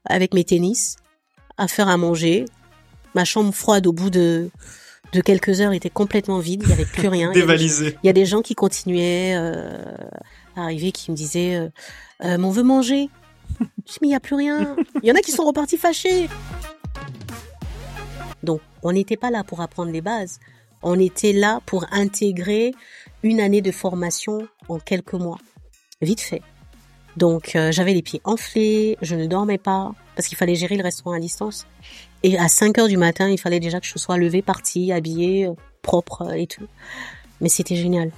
avec mes tennis, à faire à manger. Ma chambre froide au bout de quelques heures était complètement vide, il n'y avait plus rien. Dévalisé. Il y a des gens qui continuaient à arriver, qui me disaient mais on veut manger. Je dis mais il n'y a plus rien. Il y en a qui sont repartis fâchés. Donc on n'était pas là pour apprendre les bases. On était là pour intégrer une année de formation en quelques mois. Vite fait. Donc j'avais les pieds enflés, je ne dormais pas parce qu'il fallait gérer le restaurant à distance. Et à 5h du matin, il fallait déjà que je sois levée, partie, habillée, propre et tout. Mais c'était génial.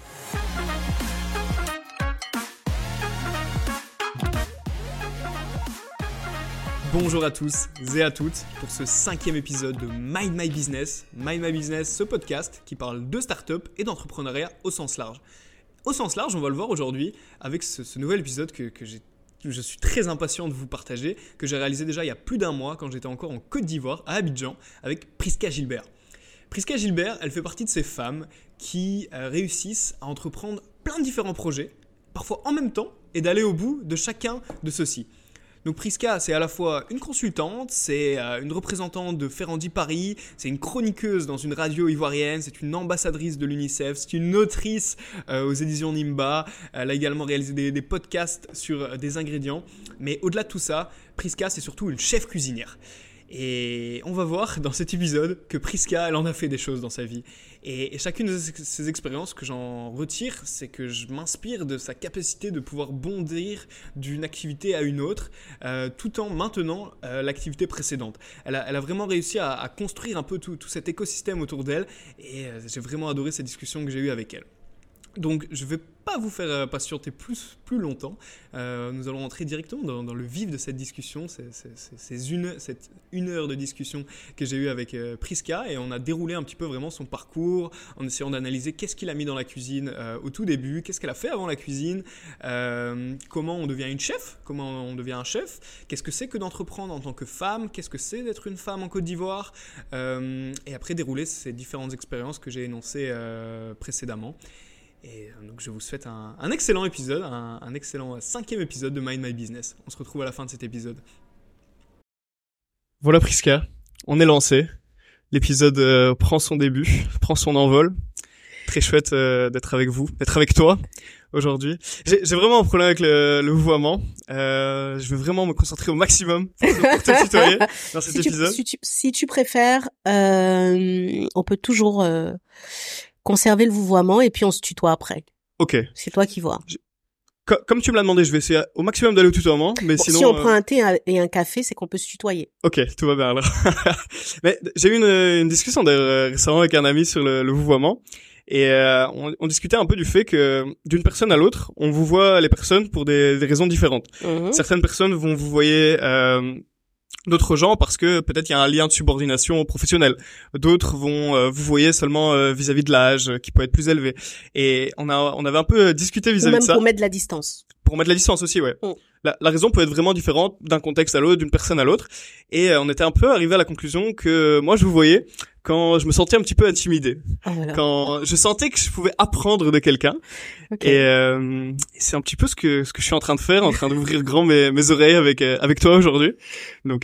Bonjour à tous et à toutes pour ce 5e épisode de Mind My Business. Mind My Business, ce podcast qui parle de start-up et d'entrepreneuriat au sens large. Au sens large, on va le voir aujourd'hui avec ce nouvel épisode que je suis très impatient de vous partager, que j'ai réalisé déjà il y a plus d'un mois quand j'étais encore en Côte d'Ivoire, à Abidjan, avec Prisca Gilbert. Prisca Gilbert, elle fait partie de ces femmes qui réussissent à entreprendre plein de différents projets, parfois en même temps, et d'aller au bout de chacun de ceux-ci. Donc Prisca, c'est à la fois une consultante, c'est une représentante de Ferrandi Paris, c'est une chroniqueuse dans une radio ivoirienne, c'est une ambassadrice de l'UNICEF, c'est une autrice aux éditions Nimba, elle a également réalisé des podcasts sur des ingrédients. Mais au-delà de tout ça, Prisca, c'est surtout une chef cuisinière. Et on va voir dans cet épisode que Prisca, elle en a fait des choses dans sa vie. Et chacune de ces expériences que j'en retire, c'est que je m'inspire de sa capacité de pouvoir bondir d'une activité à une autre, tout en maintenant l'activité précédente. Elle a vraiment réussi à construire un peu tout cet écosystème autour d'elle, et j'ai vraiment adoré ces discussions que j'ai eues avec elle. Donc je ne vais pas vous faire patienter plus longtemps. Nous allons entrer directement dans le vif de cette discussion, cette une heure de discussion que j'ai eue avec Prisca, et on a déroulé un petit peu vraiment son parcours en essayant d'analyser qu'est-ce qu'il a mis dans la cuisine au tout début, qu'est-ce qu'elle a fait avant la cuisine, comment on devient une chef, comment on devient un chef, qu'est-ce que c'est que d'entreprendre en tant que femme, qu'est-ce que c'est d'être une femme en Côte d'Ivoire, et après dérouler ces différentes expériences que j'ai énoncées précédemment. Et donc je vous souhaite un excellent épisode, un excellent 5e épisode de Mind My Business. On se retrouve à la fin de cet épisode. Voilà Prisca, on est lancé. L'épisode prend son début, prend son envol. Très chouette d'être avec vous, d'être avec toi aujourd'hui. J'ai vraiment un problème avec le vouvoiement. Je vais vraiment me concentrer au maximum pour te tutoyer dans cet épisode. Si tu préfères, on peut toujours conserver le vouvoiement et puis on se tutoie après. Ok. C'est toi qui vois. Comme tu me l'as demandé, je vais essayer au maximum d'aller au tutoiement, mais bon, sinon... Si on prend un thé et un café, c'est qu'on peut se tutoyer. Ok, tout va bien alors. Mais j'ai eu une discussion récemment avec un ami sur le vouvoiement, et on discutait un peu du fait que d'une personne à l'autre, on vouvoie les personnes pour des raisons différentes. Mmh. Certaines personnes vont vous voyer d'autres gens parce que peut-être il y a un lien de subordination professionnelle. D'autres vont vous voyez seulement vis-à-vis de l'âge qui peut être plus élevé. Et on avait un peu discuté vis-à-vis de ça. Même pour mettre de la distance. Pour mettre de la distance aussi, ouais. Mm. La raison peut être vraiment différente d'un contexte à l'autre, d'une personne à l'autre. Et on était un peu arrivé à la conclusion que moi je vous voyais quand je me sentais un petit peu intimidé. Ah, voilà. Quand je sentais que je pouvais apprendre de quelqu'un. Okay. Et c'est un petit peu ce que je suis en train de faire, en train d'ouvrir grand mes oreilles avec toi aujourd'hui. Donc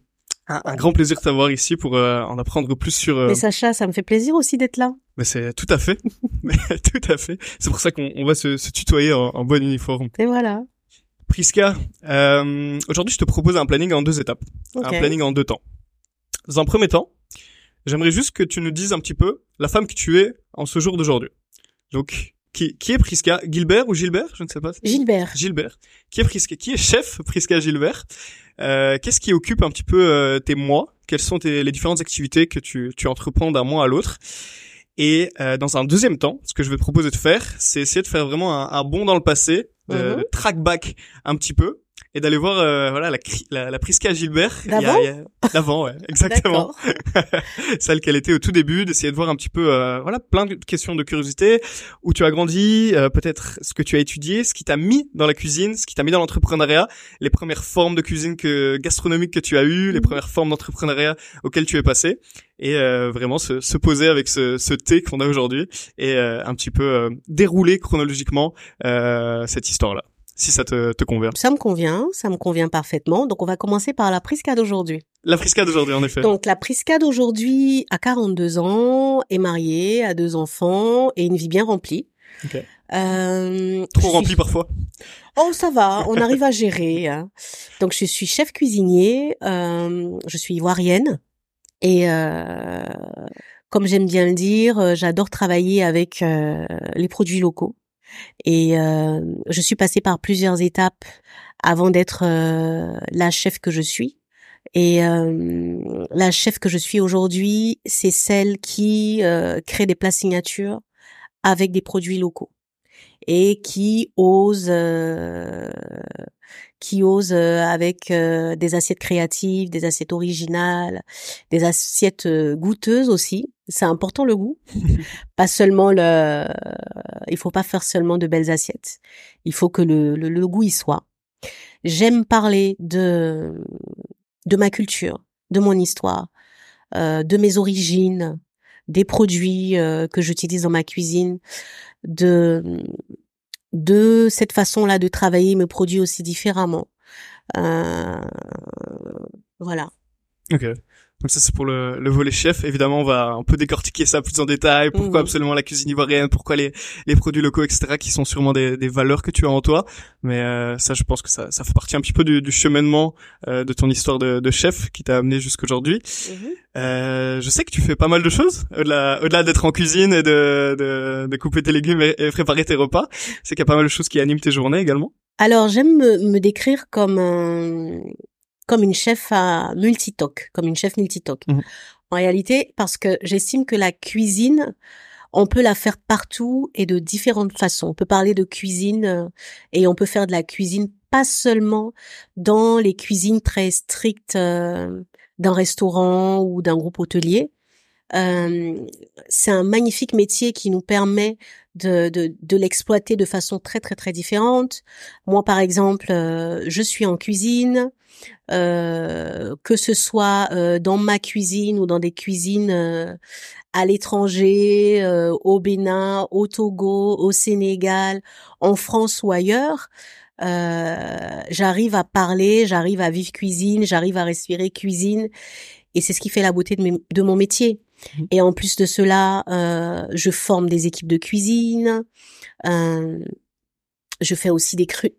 un grand plaisir de t'avoir ici pour en apprendre plus sur... Mais Sacha, ça me fait plaisir aussi d'être là. Mais c'est tout à fait. Tout à fait. C'est pour ça qu'on va se tutoyer en bon uniforme. Et voilà. Prisca, aujourd'hui je te propose un planning en 2 étapes. Okay. Un planning en 2 temps. Dans un premier temps, j'aimerais juste que tu nous dises un petit peu la femme que tu es en ce jour d'aujourd'hui. Donc, qui est Prisca? Gilbert ou Gilbert? Je ne sais pas. Gilbert. Gilbert. Qui est Prisca? Qui est chef Prisca Gilbert? Qu'est-ce qui occupe un petit peu tes mois? Quelles sont les différentes activités que tu entreprends d'un mois à l'autre? Et dans un deuxième temps, ce que je vais te proposer de faire, c'est essayer de faire vraiment un bond dans le passé, de track back un petit peu, et d'aller voir voilà la Prisca Gilbert d'avant, ouais, exactement. Celle qu'elle était au tout début, d'essayer de voir un petit peu voilà plein de questions de curiosité, où tu as grandi, peut-être ce que tu as étudié, ce qui t'a mis dans la cuisine, ce qui t'a mis dans l'entrepreneuriat, les premières formes de cuisine gastronomique que tu as eues, les premières formes d'entrepreneuriat auxquelles tu es passé, et vraiment se poser avec ce thé qu'on a aujourd'hui et un petit peu dérouler chronologiquement cette histoire-là. si ça te convient. Ça me convient parfaitement. Donc, on va commencer par la Prisca d'aujourd'hui. La Prisca d'aujourd'hui, en effet. Donc, la Prisca d'aujourd'hui a 42 ans, est mariée, a 2 enfants et une vie bien remplie. Okay. Trop remplie parfois. Oh, ça va, on arrive à gérer. Hein. Donc, je suis chef cuisinier, je suis ivoirienne et comme j'aime bien le dire, j'adore travailler avec les produits locaux. Et je suis passée par plusieurs étapes avant d'être la chef que je suis. Et la chef que je suis aujourd'hui, c'est celle qui crée des plats signatures avec des produits locaux et qui ose avec des assiettes créatives, des assiettes originales, des assiettes goûteuses aussi. C'est important le goût, pas seulement il faut pas faire seulement de belles assiettes. Il faut que le goût y soit. J'aime parler de ma culture, de mon histoire, de mes origines, des produits que j'utilise dans ma cuisine, de cette façon-là de travailler mes produits aussi différemment. Voilà. Ok. Donc ça c'est pour le volet chef. Évidemment, on peut décortiquer ça plus en détail. Pourquoi absolument la cuisine ivoirienne, pourquoi les produits locaux, etc., qui sont sûrement des valeurs que tu as en toi. Mais ça, je pense que ça fait partie un petit peu du cheminement de ton histoire de chef qui t'a amené jusqu'aujourd'hui. Je sais que tu fais pas mal de choses au-delà d'être en cuisine et de couper tes légumes et préparer tes repas. C'est qu'il y a pas mal de choses qui animent tes journées également. Alors j'aime me décrire comme une chef multitoc. En réalité, parce que j'estime que la cuisine, on peut la faire partout et de différentes façons. On peut parler de cuisine et on peut faire de la cuisine pas seulement dans les cuisines très strictes d'un restaurant ou d'un groupe hôtelier. C'est un magnifique métier qui nous permet de l'exploiter de façon très très très différente. Moi, par exemple, je suis en cuisine, que ce soit dans ma cuisine ou dans des cuisines à l'étranger, au Bénin, au Togo, au Sénégal, en France ou ailleurs. J'arrive à parler, j'arrive à vivre cuisine, j'arrive à respirer cuisine, et c'est ce qui fait la beauté de mon métier. Et en plus de cela, je forme des équipes de cuisine. Je fais aussi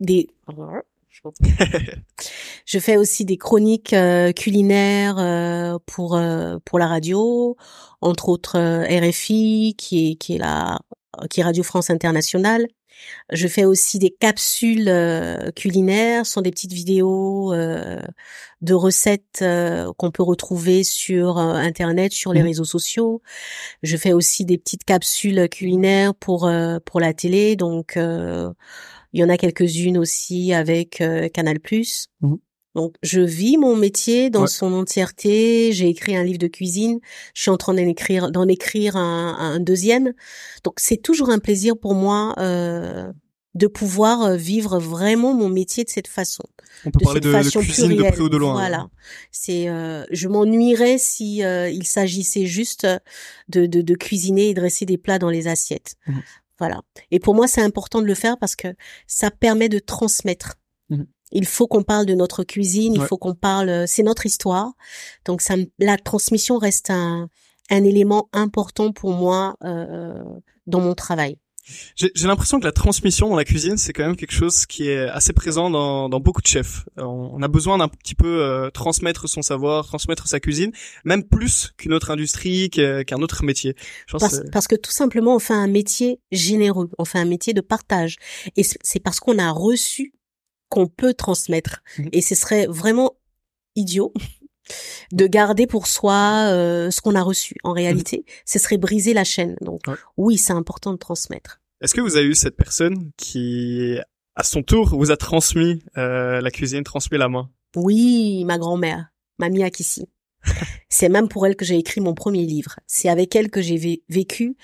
je fais aussi des chroniques culinaires pour la radio, entre autres RFI qui est Radio France Internationale. Je fais aussi des capsules culinaires, ce sont des petites vidéos de recettes qu'on peut retrouver sur Internet, sur les réseaux sociaux. Je fais aussi des petites capsules culinaires pour la télé, donc il y en a quelques-unes aussi avec Canal+. Donc, je vis mon métier dans son entièreté. J'ai écrit un livre de cuisine. Je suis en train d'en écrire un deuxième. Donc, c'est toujours un plaisir pour moi de pouvoir vivre vraiment mon métier de cette façon. On peut parler de cuisine plurielle, de près ou de loin. Voilà. C'est, je m'ennuierais si il s'agissait juste de cuisiner et dresser des plats dans les assiettes. Voilà. Et pour moi, c'est important de le faire parce que ça permet de transmettre. Il faut qu'on parle de notre cuisine, il faut qu'on parle, c'est notre histoire. Donc la transmission reste un élément important pour moi dans mon travail. J'ai l'impression que la transmission dans la cuisine, c'est quand même quelque chose qui est assez présent dans beaucoup de chefs. On a besoin d'un petit peu transmettre son savoir, transmettre sa cuisine, même plus qu'une autre industrie, qu'un autre métier. Parce que tout simplement, on fait un métier généreux, on fait un métier de partage. Et c'est parce qu'on a reçu qu'on peut transmettre. Et ce serait vraiment idiot de garder pour soi ce qu'on a reçu. En réalité, ce serait briser la chaîne. Donc oui, c'est important de transmettre. Est-ce que vous avez eu cette personne qui, à son tour, vous a transmis la cuisine, transmis la main? Oui, ma grand-mère, Mamie Akissi. C'est même pour elle que j'ai écrit mon premier livre. C'est avec elle que j'ai vécu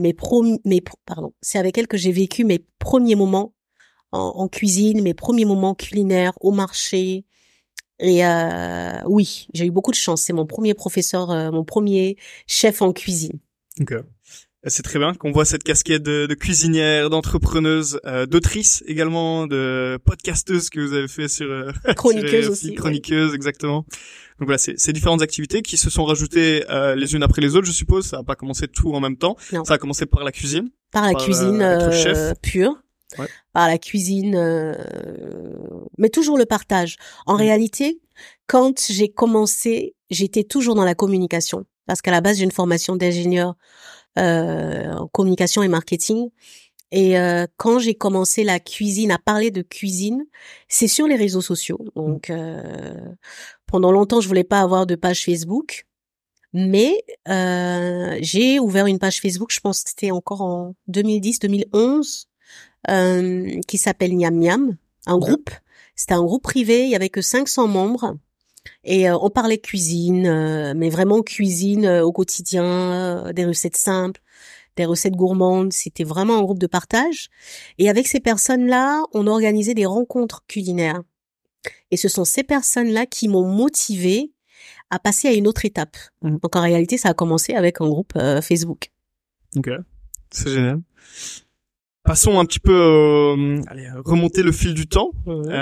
c'est avec elle que j'ai vécu mes premiers moments en cuisine, mes premiers moments culinaires au marché. Et oui, j'ai eu beaucoup de chance. C'est mon premier professeur, mon premier chef en cuisine. Okay. C'est très bien qu'on voit cette casquette de cuisinière, d'entrepreneuse, d'autrice également, de podcasteuse que vous avez fait sur chroniqueuse sur aussi. Chroniqueuse, ouais. Exactement. Donc voilà, c'est différentes activités qui se sont rajoutées les unes après les autres, je suppose. Ça n'a pas commencé tout en même temps. Non. Ça a commencé par la cuisine. Par la cuisine pure. Ouais. Par la cuisine, mais toujours le partage. En réalité, quand j'ai commencé, j'étais toujours dans la communication. Parce qu'à la base, j'ai une formation d'ingénieur en communication et marketing. Et quand j'ai commencé la cuisine, à parler de cuisine, c'est sur les réseaux sociaux. Donc, pendant longtemps, je voulais pas avoir de page Facebook. Mais j'ai ouvert une page Facebook, je pense que c'était encore en 2010-2011, qui s'appelle Niam Niam, un groupe. C'était un groupe privé, il y avait que 500 membres. Et on parlait cuisine, mais vraiment cuisine au quotidien, des recettes simples, des recettes gourmandes. C'était vraiment un groupe de partage. Et avec ces personnes-là, on organisait des rencontres culinaires. Et ce sont ces personnes-là qui m'ont motivée à passer à une autre étape. Donc en réalité, ça a commencé avec un groupe Facebook. Ok, c'est génial. Passons un petit peu, allez, remonter le fil du temps.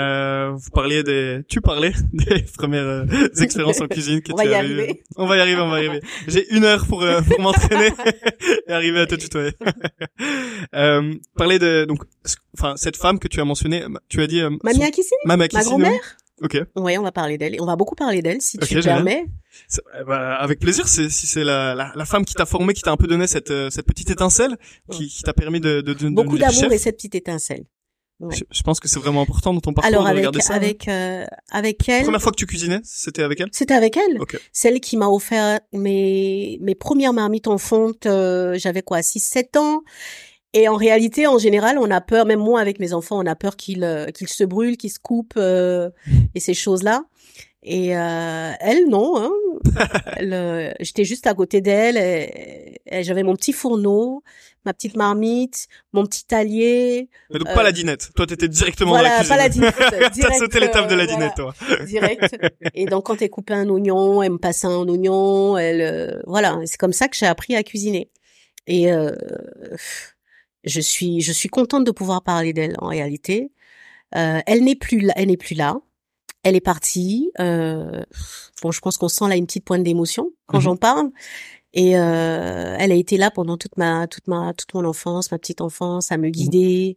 Tu parlais des premières expériences en cuisine que on va y arriver. On va y arriver. J'ai 1 heure pour m'entraîner et arriver à te tutoyer. Parler de cette femme que tu as mentionnée, tu as dit Mamie Akissine, ma grand-mère. Ouais. Ok. Oui, on va parler d'elle. On va beaucoup parler d'elle, si tu me permets. Avec plaisir. Si c'est la femme qui t'a formé, qui t'a un peu donné cette petite étincelle, qui t'a permis de beaucoup d'amour chef. et cette petite étincelle. Ouais. Je pense que c'est vraiment important dans ton parcours. Alors de regarder ça. avec elle. Première fois que tu cuisinais, c'était avec elle. C'était avec elle. Okay. Celle qui m'a offert mes premières marmites en fonte. J'avais 6-7 ans. Et en réalité, en général, on a peur, même moi avec mes enfants, on a peur qu'ils se brûlent, qu'ils se coupent et ces choses-là. Et elle, non. Hein. J'étais juste à côté d'elle. Et j'avais mon petit fourneau, ma petite marmite, mon petit talier. Mais donc pas la dinette. Toi, t'étais directement dans la cuisine. Voilà, pas la dinette. T'as sauté l'étape de la dinette, toi. Direct. Et donc, quand elle coupait un oignon, elle me passait un oignon. Voilà, c'est comme ça que j'ai appris à cuisiner. Et je suis contente de pouvoir parler d'elle en réalité. Elle n'est plus là. Elle est partie. Je pense qu'on sent là une petite pointe d'émotion quand j'en parle. Et elle a été là pendant toute mon enfance, ma petite enfance, à me guider.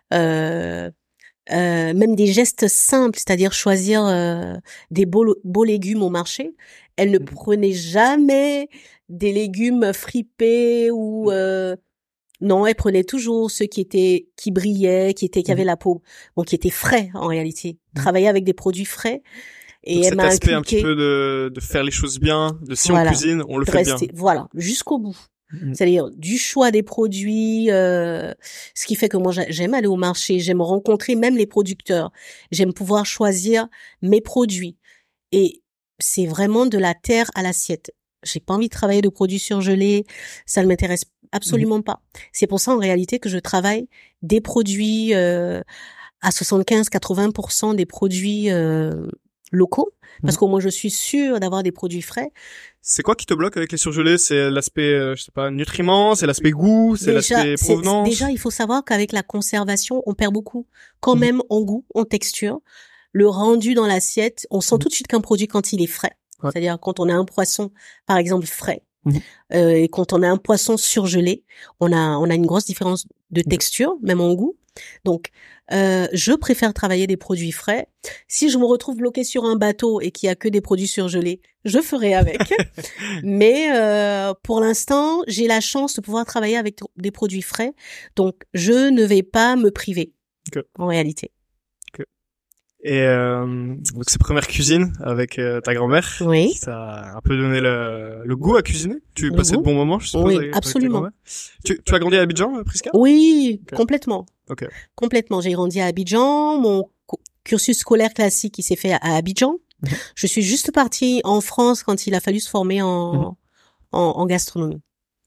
Même des gestes simples, c'est-à-dire choisir des beaux légumes au marché. Elle ne prenait jamais des légumes fripés ou non, elle prenait toujours ceux qui brillaient, qui avaient la peau, qui étaient frais en réalité. Travailler avec des produits frais. Et donc elle m'a cet aspect inculqué, un petit peu de faire les choses bien, on cuisine, on le fait bien. Voilà, jusqu'au bout. C'est-à-dire du choix des produits, ce qui fait que moi j'aime aller au marché, j'aime rencontrer même les producteurs, j'aime pouvoir choisir mes produits. Et c'est vraiment de la terre à l'assiette. J'ai pas envie de travailler de produits surgelés, ça ne m'intéresse absolument pas. C'est pour ça en réalité que je travaille des produits à 75-80% des produits locaux, parce que moi je suis sûre d'avoir des produits frais. C'est quoi qui te bloque avec les surgelés? C'est l'aspect, nutriments, c'est l'aspect goût, c'est l'aspect provenance. Déjà, il faut savoir qu'avec la conservation, on perd beaucoup, quand même en goût, en texture. Le rendu dans l'assiette, on sent tout de suite qu'un produit quand il est frais. Ouais. C'est-à-dire quand on a un poisson, par exemple, frais, et quand on a un poisson surgelé, on a une grosse différence de texture, même en goût. Donc, je préfère travailler des produits frais. Si je me retrouve bloquée sur un bateau et qu'il y a que des produits surgelés, je ferai avec. Mais pour l'instant, j'ai la chance de pouvoir travailler avec des produits frais. Donc, je ne vais pas me priver, en réalité. Et donc ces premières cuisines avec ta grand-mère, oui, ça a un peu donné le goût à cuisiner. Tu passais de bons moments, je suppose. Oui, absolument. Tu as grandi à Abidjan, Prisca? Oui, complètement. Okay. Complètement. J'ai grandi à Abidjan. Mon cursus scolaire classique, il s'est fait à Abidjan. Je suis juste partie en France quand il a fallu se former en gastronomie.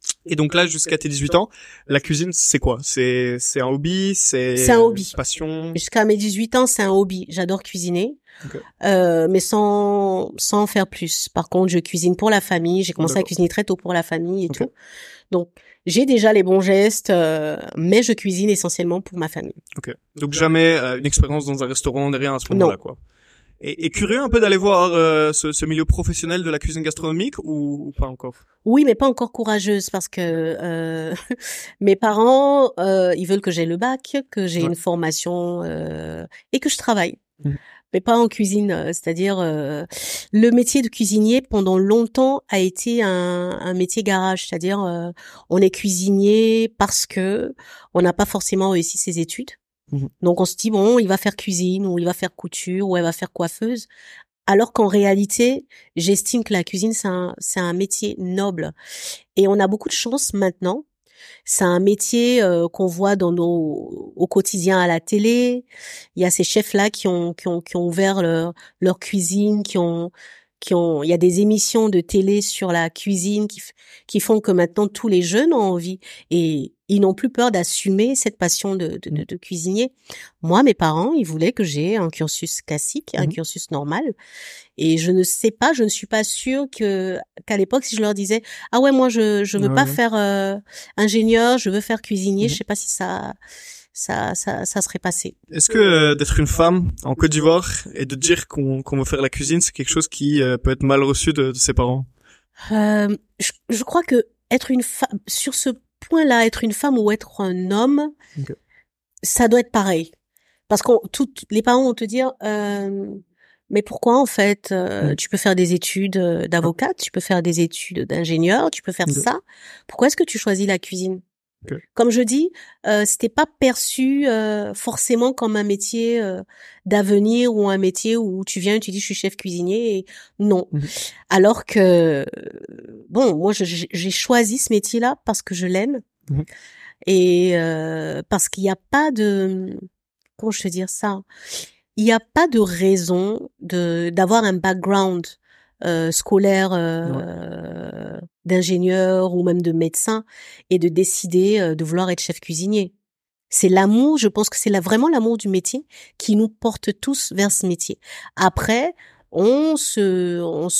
Et donc là, jusqu'à tes 18 ans, la cuisine, c'est quoi? C'est un hobby, C'est un hobby. Passion. Jusqu'à mes 18 ans, c'est un hobby. J'adore cuisiner. Okay. Mais sans en faire plus. Par contre, je cuisine pour la famille. J'ai commencé à cuisiner très tôt pour la famille et tout. Donc, j'ai déjà les bons gestes, mais je cuisine essentiellement pour ma famille. Ok. Donc jamais une expérience dans un restaurant, rien à ce moment-là, quoi. Et curieux un peu d'aller voir ce milieu professionnel de la cuisine gastronomique ou pas encore? Oui, mais pas encore courageuse parce que mes parents, ils veulent que j'aie le bac, que j'ai une formation et que je travaille. Mais pas en cuisine, c'est-à-dire le métier de cuisinier pendant longtemps a été un métier garage, c'est-à-dire on est cuisinier parce que on n'a pas forcément réussi ses études. Donc on se dit bon, il va faire cuisine ou il va faire couture ou elle va faire coiffeuse, alors qu'en réalité, j'estime que la cuisine c'est un métier noble et on a beaucoup de chance maintenant. C'est un métier qu'on voit au quotidien à la télé. Il y a ces chefs-là qui ont ouvert leur cuisine, il y a des émissions de télé sur la cuisine qui font que maintenant tous les jeunes ont envie et ils n'ont plus peur d'assumer cette passion de cuisinier. Moi, mes parents, ils voulaient que j'ai un cursus classique, un cursus normal. Et je ne suis pas sûre qu'à l'époque, si je leur disais, ah ouais, moi, je veux pas faire ingénieur, je veux faire cuisinier, je sais pas si ça serait passé. Est-ce que d'être une femme en Côte d'Ivoire et de dire qu'on veut faire la cuisine, c'est quelque chose qui peut être mal reçu de ses parents? Je crois que être une femme, sur ce point-là, être une femme ou être un homme, ça doit être pareil. Parce que les parents vont te dire, mais pourquoi en fait, tu peux faire des études d'avocate, tu peux faire des études d'ingénieur, tu peux faire ça. Pourquoi est-ce que tu choisis la cuisine? Comme je dis, c'était pas perçu forcément comme un métier d'avenir ou un métier où tu viens et tu dis je suis chef cuisinier. Et non. Alors que bon, moi j'ai choisi ce métier-là parce que je l'aime et parce qu'il n'y a pas de, comment je peux dire ça, il n'y a pas de raison d'avoir un background scolaire d'ingénieur ou même de médecin et de décider de vouloir être chef cuisinier. C'est l'amour, je pense que c'est vraiment l'amour du métier qui nous porte tous vers ce métier. Après, on se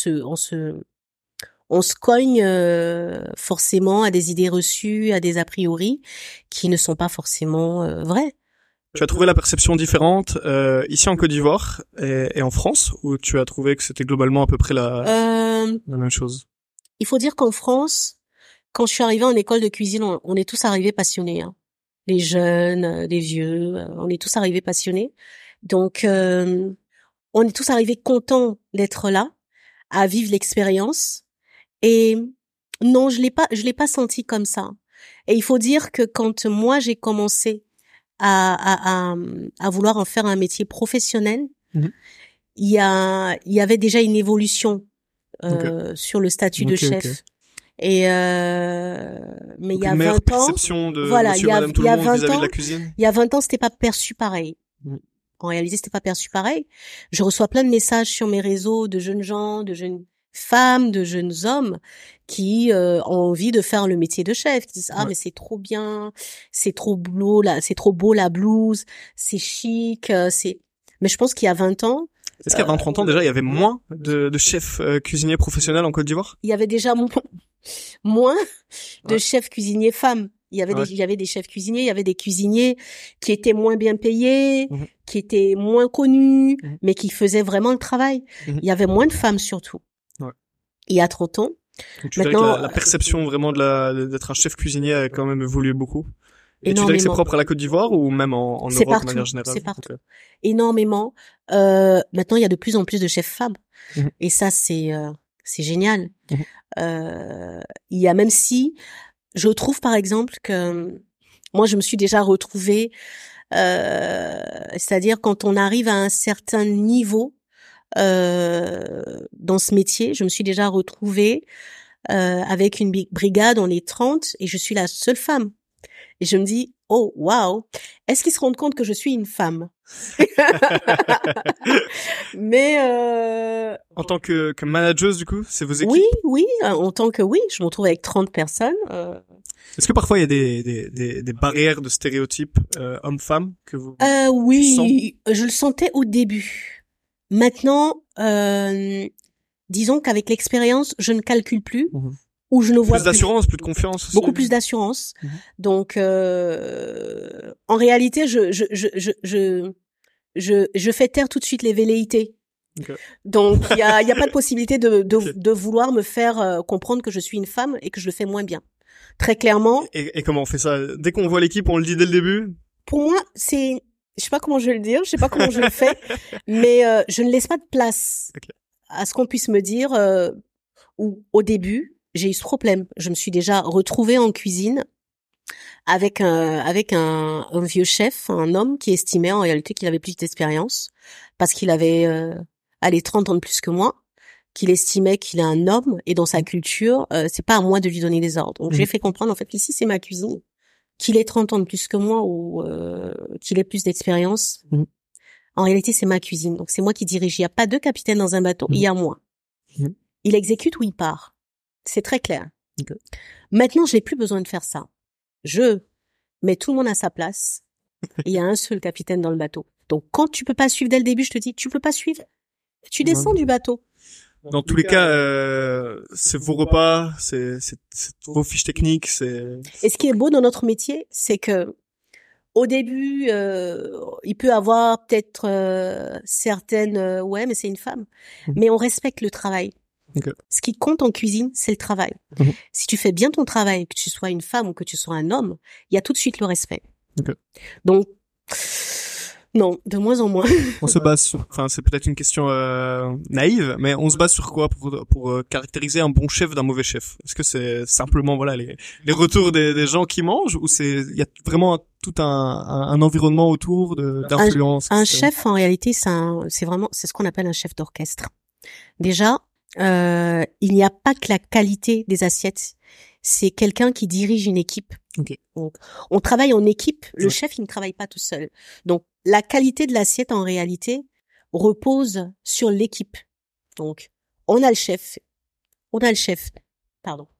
cogne forcément à des idées reçues, à des a priori qui ne sont pas forcément vrais. Tu as trouvé la perception différente ici en Côte d'Ivoire et en France, ou tu as trouvé que c'était globalement à peu près la même chose? Il faut dire qu'en France, quand je suis arrivée en école de cuisine, on est tous arrivés passionnés. Hein. Les jeunes, les vieux, on est tous arrivés passionnés. Donc, on est tous arrivés contents d'être là, à vivre l'expérience. Et non, je l'ai pas senti comme ça. Et il faut dire que quand moi j'ai commencé à vouloir en faire un métier professionnel, il y avait déjà une évolution sur le statut de chef. Et mais il y a 20 ans, voilà, il y a 20 ans, il y a 20 ans, c'était pas perçu pareil. En réalité, c'était pas perçu pareil. Je reçois plein de messages sur mes réseaux de jeunes gens, de jeunes femmes, de jeunes hommes qui ont envie de faire le métier de chef, qui disent mais c'est trop bien, c'est trop beau la blouse, c'est chic, mais je pense qu'il y a 20 ans, est-ce qu'il y a 20-30 ans déjà, il y avait moins de chefs cuisiniers professionnels en Côte d'Ivoire? Il y avait déjà moins de chefs cuisiniers femmes. Il y avait des chefs cuisiniers, il y avait des cuisiniers qui étaient moins bien payés, qui étaient moins connus, mais qui faisaient vraiment le travail. Il y avait moins de femmes surtout. Il y a 30 ans. Donc, tu dirais que la perception vraiment d'être un chef cuisinier a quand même évolué beaucoup. Et tu dirais que c'est propre à la Côte d'Ivoire ou même en Europe de manière générale? C'est partout. Énormément. Maintenant, il y a de plus en plus de chefs femmes. Et ça, c'est génial. Il y a même si, je trouve par exemple que moi, je me suis déjà retrouvée, c'est-à-dire quand on arrive à un certain niveau dans ce métier, je me suis déjà retrouvée avec une brigade, on est 30 et je suis la seule femme. Et je me dis, oh, waouh, est-ce qu'ils se rendent compte que je suis une femme? Mais en tant que manageuse, du coup, c'est vos équipes? Oui, en tant que je me retrouve avec 30 personnes. Est-ce que parfois il y a des barrières de stéréotypes hommes-femmes que vous oui, je le sentais au début. Maintenant, disons qu'avec l'expérience, je ne calcule plus. Ou je ne vois plus d'assurance, plus de confiance aussi. Beaucoup plus d'assurance. Donc en réalité, je fais taire tout de suite les velléités. Okay. Donc il y a pas de possibilité de vouloir me faire comprendre que je suis une femme et que je le fais moins bien. Très clairement. Et comment on fait ça? Dès qu'on voit l'équipe, on le dit dès le début? Pour moi, je sais pas comment je vais le dire, je sais pas comment je le fais, mais je ne laisse pas de place à ce qu'on puisse me dire ou au début. J'ai eu ce problème. Je me suis déjà retrouvée en cuisine avec un vieux chef, un homme qui estimait en réalité qu'il avait plus d'expérience parce qu'il avait 30 ans de plus que moi, qu'il estimait qu'il est un homme et dans sa culture, c'est pas à moi de lui donner des ordres. Donc j'ai fait comprendre en fait qu'ici c'est ma cuisine, qu'il ait 30 ans de plus que moi ou qu'il ait plus d'expérience. En réalité, c'est ma cuisine. Donc c'est moi qui dirige. Il y a pas deux capitaines dans un bateau, il y a moi. Il exécute ou il part. C'est très clair. Maintenant, j'ai plus besoin de faire ça. Je mets tout le monde à sa place. Il y a un seul capitaine dans le bateau. Donc, quand tu peux pas suivre dès le début, je te dis, tu peux pas suivre. Tu descends du bateau. Dans tous les cas, c'est vos repas, c'est vos fiches techniques, Et ce qui est beau dans notre métier, c'est que au début, il peut avoir peut-être certaines, mais c'est une femme. Mais on respecte le travail. Ce qui compte en cuisine, c'est le travail. Si tu fais bien ton travail, que tu sois une femme ou que tu sois un homme, il y a tout de suite le respect. Donc, non, de moins en moins. On se base sur, c'est peut-être une question naïve, mais on se base sur quoi pour caractériser un bon chef d'un mauvais chef? Est-ce que c'est simplement les retours des gens qui mangent, ou il y a vraiment tout un environnement autour d'influence? Un chef, en réalité, c'est ce qu'on appelle un chef d'orchestre. Déjà, il n'y a pas que la qualité des assiettes, c'est quelqu'un qui dirige une équipe. Donc, on travaille en équipe, le chef il ne travaille pas tout seul. Donc la qualité de l'assiette en réalité repose sur l'équipe. Donc on a le chef. Pardon.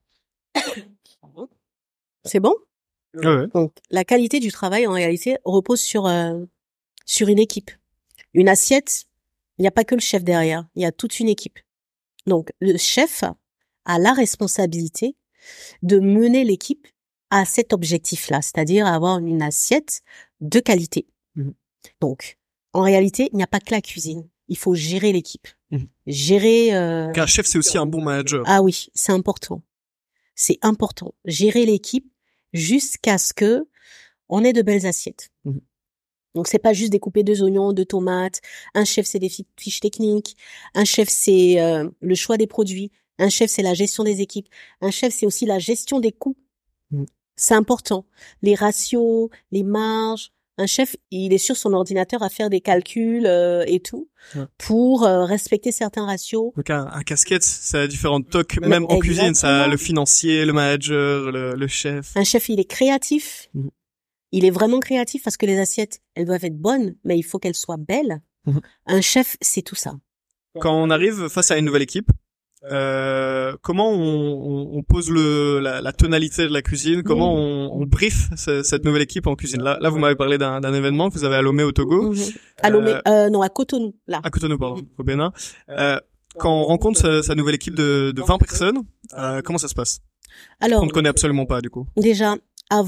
C'est bon? Ouais. Donc la qualité du travail en réalité repose sur une équipe. Une assiette, il n'y a pas que le chef derrière, il y a toute une équipe. Donc, le chef a la responsabilité de mener l'équipe à cet objectif-là, c'est-à-dire avoir une assiette de qualité. Donc, en réalité, il n'y a pas que la cuisine. Il faut gérer l'équipe. Gérer... Car un chef, c'est aussi un bon manager. Ah oui, c'est important. C'est important. Gérer l'équipe jusqu'à ce que on ait de belles assiettes. Donc c'est pas juste découper 2 oignons, 2 tomates. Un chef c'est des fiches techniques. Un chef c'est le choix des produits. Un chef c'est la gestion des équipes. Un chef c'est aussi la gestion des coûts. C'est important. Les ratios, les marges. Un chef il est sur son ordinateur à faire des calculs et tout pour respecter certains ratios. Donc un casquette, ça a différentes toques, même en cuisine, ça a le financier, le manager, le chef. Un chef il est créatif. Il est vraiment créatif parce que les assiettes, elles doivent être bonnes, mais il faut qu'elles soient belles. Un chef, c'est tout ça. Quand on arrive face à une nouvelle équipe, comment on pose la tonalité de la cuisine? Comment on brief cette nouvelle équipe en cuisine? Là, vous m'avez parlé d'un événement que vous avez à Lomé au Togo. À Lomé, non, à Cotonou, là. À Cotonou, pardon, au Bénin. Quand on rencontre sa nouvelle équipe de 20 personnes, comment ça se passe? Alors, on ne connaît absolument pas, du coup. Déjà,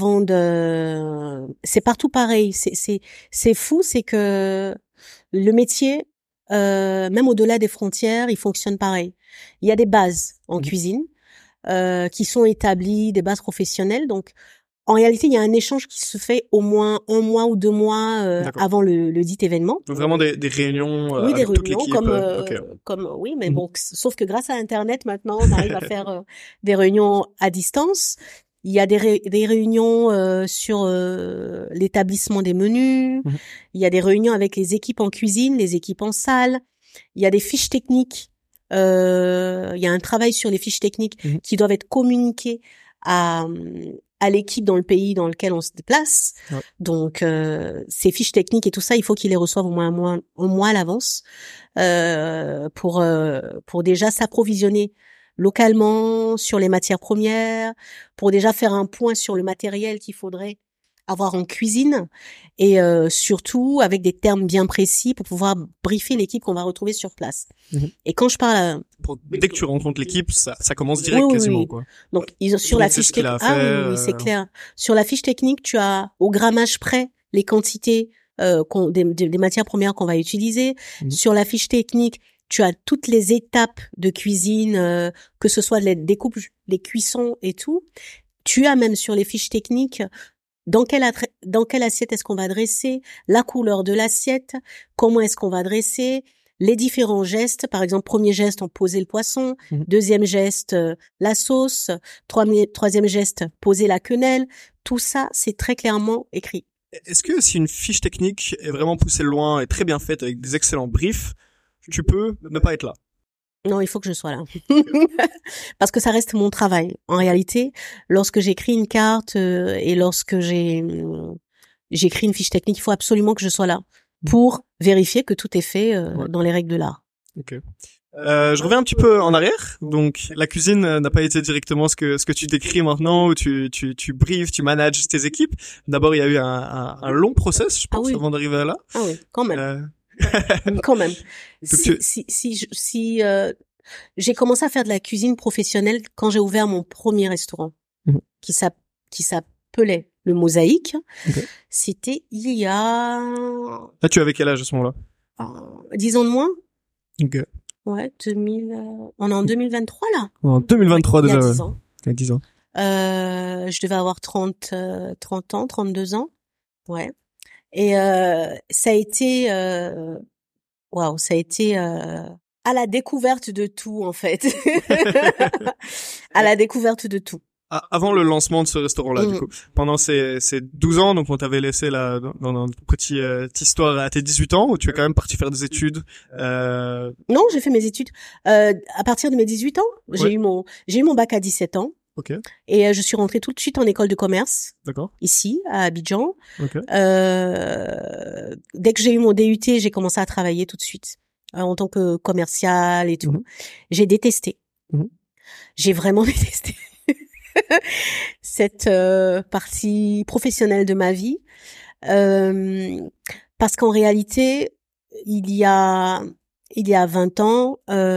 c'est partout pareil. C'est fou, c'est que le métier, même au-delà des frontières, il fonctionne pareil. Il y a des bases en cuisine qui sont établies, des bases professionnelles. Donc, en réalité, il y a un échange qui se fait au moins 1 mois ou 2 mois avant le dit événement. Donc vraiment des réunions oui, avec toute l'équipe. Oui, mais bon, sauf que grâce à Internet maintenant, on arrive à faire des réunions à distance. Il y a des réunions sur l'établissement des menus. Il y a des réunions avec les équipes en cuisine, les équipes en salle. Il y a des fiches techniques. Il y a un travail sur les fiches techniques qui doivent être communiquées à à l'équipe dans le pays dans lequel on se déplace. Ouais. Donc, ces fiches techniques et tout ça, il faut qu'ils les reçoivent au mois à l'avance pour déjà s'approvisionner localement sur les matières premières, pour déjà faire un point sur le matériel qu'il faudrait avoir en cuisine et surtout avec des termes bien précis pour pouvoir briefer l'équipe qu'on va retrouver sur place. Et quand je parle dès que tu rencontres l'équipe, ça commence direct quasiment, quoi. Donc sur la fiche technique, oui, c'est clair. Sur la fiche technique, tu as au grammage près les quantités des matières premières qu'on va utiliser. Sur la fiche technique, tu as toutes les étapes de cuisine, que ce soit les découpes, les cuissons et tout. Tu as même sur les fiches techniques dans quelle assiette est-ce qu'on va dresser, la couleur de l'assiette, comment est-ce qu'on va dresser, les différents gestes. Par exemple, premier geste, on posait le poisson. Deuxième geste, la sauce. Troisième geste, poser la quenelle. Tout ça, c'est très clairement écrit. Est-ce que si une fiche technique est vraiment poussée loin et très bien faite avec des excellents briefs, tu peux ne pas être là? Non, il faut que je sois là. Parce que ça reste mon travail. En réalité, lorsque j'écris une carte et lorsque j'écris une fiche technique, il faut absolument que je sois là pour vérifier que tout est fait dans les règles de l'art. Ok. Je reviens un petit peu en arrière. Donc, la cuisine n'a pas été directement ce que tu décris maintenant, où tu briefes, tu manages tes équipes. D'abord, il y a eu un long process, je pense, avant d'arriver à là. Ah oui, quand même. Quand même. Si j'ai commencé à faire de la cuisine professionnelle quand j'ai ouvert mon premier restaurant, qui s'appelait Le Mosaïque. Okay. C'était il y a... Là, tu avais quel âge à ce moment-là? 10 ans de moins. Ok. Ouais, on est en 2023, là. En 2023, déjà. Il y a 10 ans. Il y a 10 ans. Je devais avoir 30 ans, 32 ans. Ouais. Et ça a été à la découverte de tout, en fait. À la découverte de tout. Avant le lancement de ce restaurant-là, du coup, pendant ces 12 ans, donc on t'avait laissé là dans notre petite histoire à tes 18 ans, où tu es quand même parti faire des études. Non, j'ai fait mes études à partir de mes 18 ans. J'ai eu mon bac à 17 ans. Okay. Et je suis rentrée tout de suite en école de commerce. D'accord. Ici, à Abidjan. Okay. Dès que j'ai eu mon DUT, j'ai commencé à travailler tout de suite en tant que commercial et tout. J'ai détesté. J'ai vraiment détesté cette partie professionnelle de ma vie parce qu'en réalité, il y a 20 ans.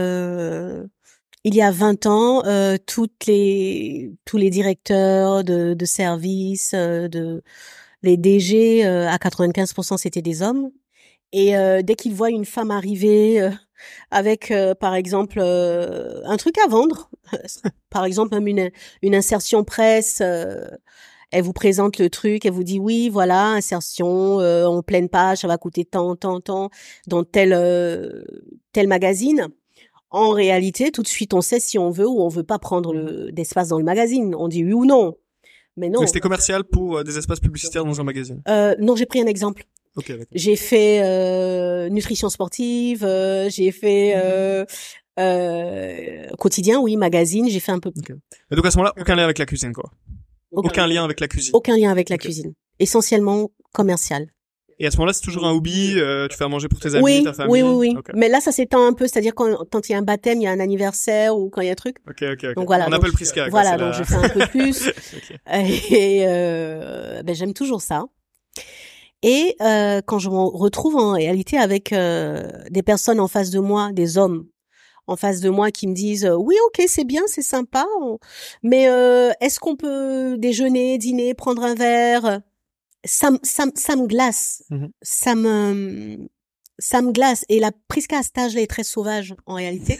Tous les directeurs de services, les DG, à 95%, c'était des hommes. Et dès qu'ils voient une femme arriver avec, par exemple, un truc à vendre, par exemple même une insertion presse, elle vous présente le truc, elle vous dit oui, voilà, insertion en pleine page, ça va coûter tant dans tel magazine. En réalité, tout de suite, on sait si on veut ou on veut pas prendre d'espace dans le magazine. On dit oui ou non. Mais non. Donc c'était commercial pour des espaces publicitaires dans un magazine. Non, j'ai pris un exemple. Okay, j'ai fait nutrition sportive, j'ai fait quotidien, oui, magazine, j'ai fait un peu. Okay. Et donc à ce moment-là, aucun lien avec la cuisine, quoi. Aucun lien avec la cuisine. Aucun lien avec la cuisine. Essentiellement commercial. Et à ce moment-là, c'est toujours un hobby, tu fais à manger pour tes amis, ta famille? Oui. Okay. Mais là, ça s'étend un peu, c'est-à-dire quand il y a un baptême, il y a un anniversaire ou quand il y a un truc. Ok. Donc voilà. On appelle Prisca. Voilà, donc je fais un peu plus. Et j'aime toujours ça. Et quand je me retrouve en réalité avec des personnes en face de moi, des hommes en face de moi qui me disent oui, ok, c'est bien, c'est sympa, mais est-ce qu'on peut déjeuner, dîner, prendre un verre? Ça me glace. Ça me glace. Et la Prisca à cet âge-là est très sauvage, en réalité.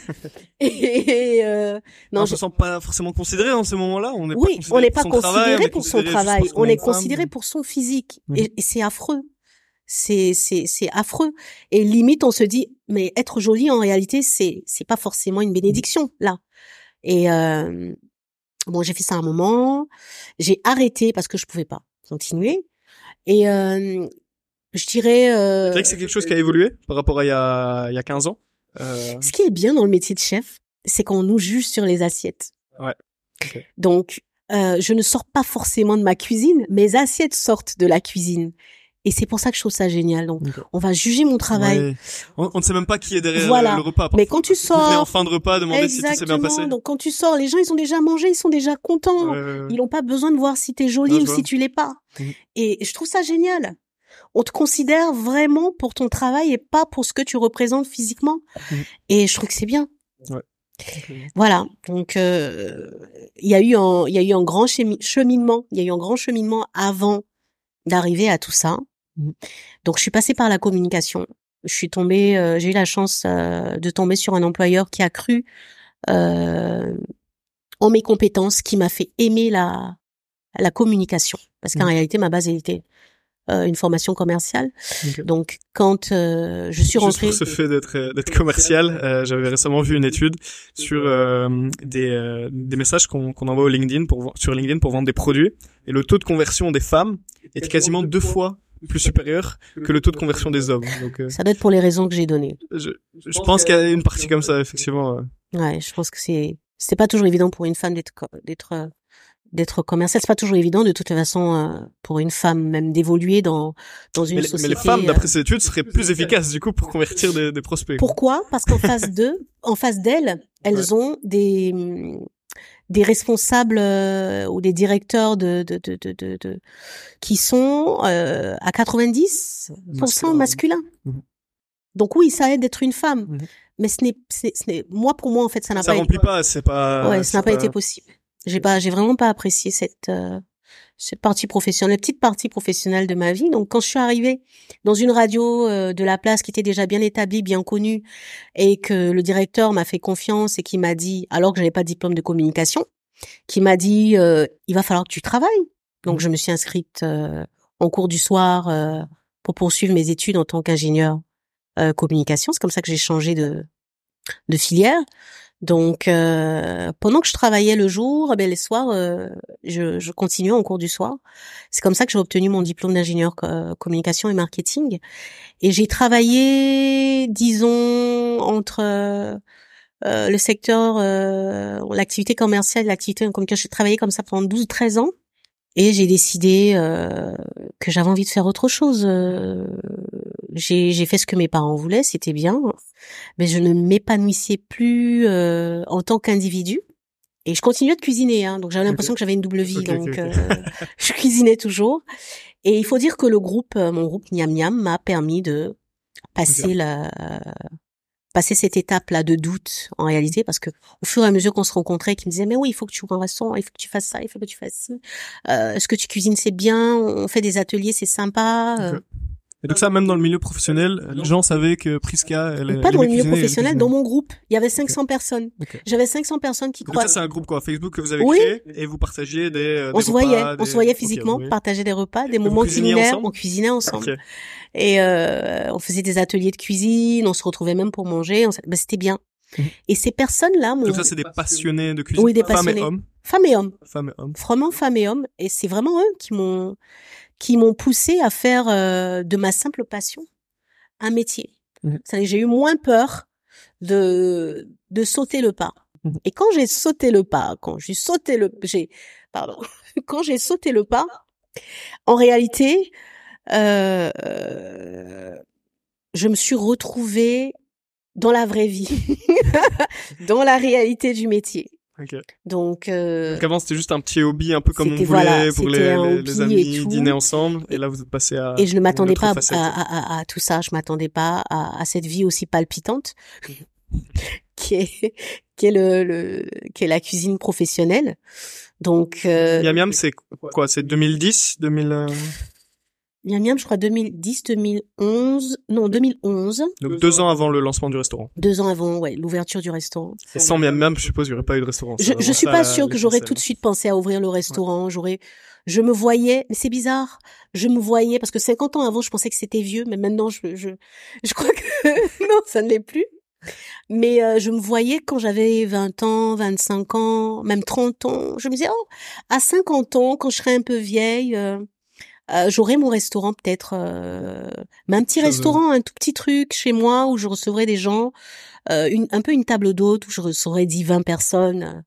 Non, on se sent pas forcément considéré dans ce moment-là. On n'est pas considéré pour son travail. On est considéré pour son physique. Et c'est affreux. C'est affreux. Et limite, on se dit, mais être jolie, en réalité, c'est pas forcément une bénédiction, là. Et, j'ai fait ça un moment. J'ai arrêté parce que je pouvais pas continuer. Et je dirais... C'est vrai que c'est quelque chose qui a évolué par rapport à il y a 15 ans. Ce qui est bien dans le métier de chef, c'est qu'on nous juge sur les assiettes. Ouais. Okay. Donc, je ne sors pas forcément de ma cuisine, mes assiettes sortent de la cuisine. Et c'est pour ça que je trouve ça génial. Donc, on va juger mon travail. Ouais. On ne sait même pas qui est derrière Voilà. le repas. Mais quand tu sors... Vous venez en fin de repas demander si tout s'est bien passé. Donc, quand tu sors, les gens, ils ont déjà mangé, ils sont déjà contents. Ils n'ont pas besoin de voir si t'es jolie ou si tu l'es pas. Et je trouve ça génial. On te considère vraiment pour ton travail et pas pour ce que tu représentes physiquement. Et je trouve que c'est bien. Ouais. Voilà. Donc, il y a eu un grand cheminement. Il y a eu un grand cheminement avant d'arriver à tout ça. Donc, je suis passée par la communication. J'ai eu la chance de tomber sur un employeur qui a cru en mes compétences, qui m'a fait aimer la communication. Parce qu'en réalité, ma base, elle était une formation commerciale. Donc, quand je suis rentrée... Juste pour ce fait d'être commercial, j'avais récemment vu une étude sur des messages qu'on envoie sur LinkedIn pour vendre des produits. Et le taux de conversion des femmes est quasiment 2 fois plus supérieur que le taux de conversion des hommes. Donc, ça doit être pour les raisons que j'ai données. Je pense qu'il y a une partie comme ça, effectivement. Ouais, je pense que c'est pas toujours évident pour une femme d'être commerciale. C'est pas toujours évident de toute façon pour une femme même d'évoluer dans une société. Mais les femmes, d'après ces études, seraient plus efficaces du coup pour convertir des prospects. Pourquoi? Parce qu'en face d'elles, elles ont des responsables ou des directeurs qui sont à 90% masculins. Donc oui, ça aide d'être une femme. Mais pour moi en fait, ça n'a pas remplit pas, c'est pas. Ouais, ça n'a pas été possible. J'ai vraiment pas apprécié cette partie professionnelle, petite partie professionnelle de ma vie. Donc quand je suis arrivée dans une radio de la place qui était déjà bien établie, bien connue, et que le directeur m'a fait confiance et qui m'a dit, alors que j'avais pas de diplôme de communication, qui m'a dit il va falloir que tu travailles. Donc je me suis inscrite en cours du soir pour poursuivre mes études en tant qu'ingénieur communication. C'est comme ça que j'ai changé de filière. Donc pendant que je travaillais le jour, les soirs je continuais en cours du soir. C'est comme ça que j'ai obtenu mon diplôme d'ingénieur communication et marketing. Et j'ai travaillé, disons, entre le secteur, l'activité commerciale et l'activité en communication. J'ai travaillé comme ça pendant 12-13 ans. Et j'ai décidé que j'avais envie de faire autre chose. J'ai fait ce que mes parents voulaient, c'était bien, mais je ne m'épanouissais plus en tant qu'individu. Et je continuais de cuisiner, hein, donc j'avais l'impression que j'avais une double vie, je cuisinais toujours. Et il faut dire que mon groupe Niam Niam m'a permis de passer cette étape-là de doute en réalité, parce que au fur et à mesure qu'on se rencontrait, qui me disait mais oui, il faut que tu ouvres un restaurant, il faut que tu fasses ça, il faut que tu fasses ci. Ce que tu cuisines c'est bien, on fait des ateliers, c'est sympa. Et donc ça, même dans le milieu professionnel, les gens savaient que Prisca, pas dans le milieu professionnel, dans mon groupe, il y avait 500 personnes. J'avais 500 personnes qui croient. Donc ça, c'est un groupe quoi, Facebook que vous avez créé, et vous partagiez des on se voyait physiquement, partager des repas, des moments culinaires, on cuisinait ensemble. Et on faisait des ateliers de cuisine, on se retrouvait même pour manger, c'était bien. Et ces personnes-là... Donc ça, c'est des passionnés de cuisine, oui, des passionnés. Femmes et hommes. Vraiment femmes et hommes. Et c'est vraiment eux qui m'ont poussé à faire de ma simple passion un métier. C'est-à-dire que j'ai eu moins peur de sauter le pas. Et quand j'ai sauté le pas, quand j'ai sauté le pas, en réalité... je me suis retrouvée dans la vraie vie, dans la réalité du métier. Donc avant c'était juste un petit hobby, un peu comme on voulait pour les amis dîner ensemble, et là vous êtes passé à... Et je ne m'attendais pas à tout ça, je m'attendais pas à cette vie aussi palpitante qui est la cuisine professionnelle. Donc Miam Miam, c'est quoi? C'est 2010, Miam Miam, je crois 2010, 2011. Non, 2011. Donc 2 ans avant le lancement du restaurant. 2 ans avant, ouais, l'ouverture du restaurant. Et sans Miam Miam, je suppose, il n'y aurait pas eu de restaurant. Je suis pas sûre que j'aurais tout de suite pensé à ouvrir le restaurant. Ouais. Je me voyais, mais c'est bizarre. Je me voyais, parce que 50 ans avant, je pensais que c'était vieux, mais maintenant, je crois que, non, ça ne l'est plus. Mais je me voyais quand j'avais 20 ans, 25 ans, même 30 ans. Je me disais, à 50 ans, quand je serai un peu vieille, j'aurai mon restaurant peut-être, mais un petit restaurant, un tout petit truc chez moi où je recevrai des gens, un peu une table d'hôte où je recevrai 10-20 personnes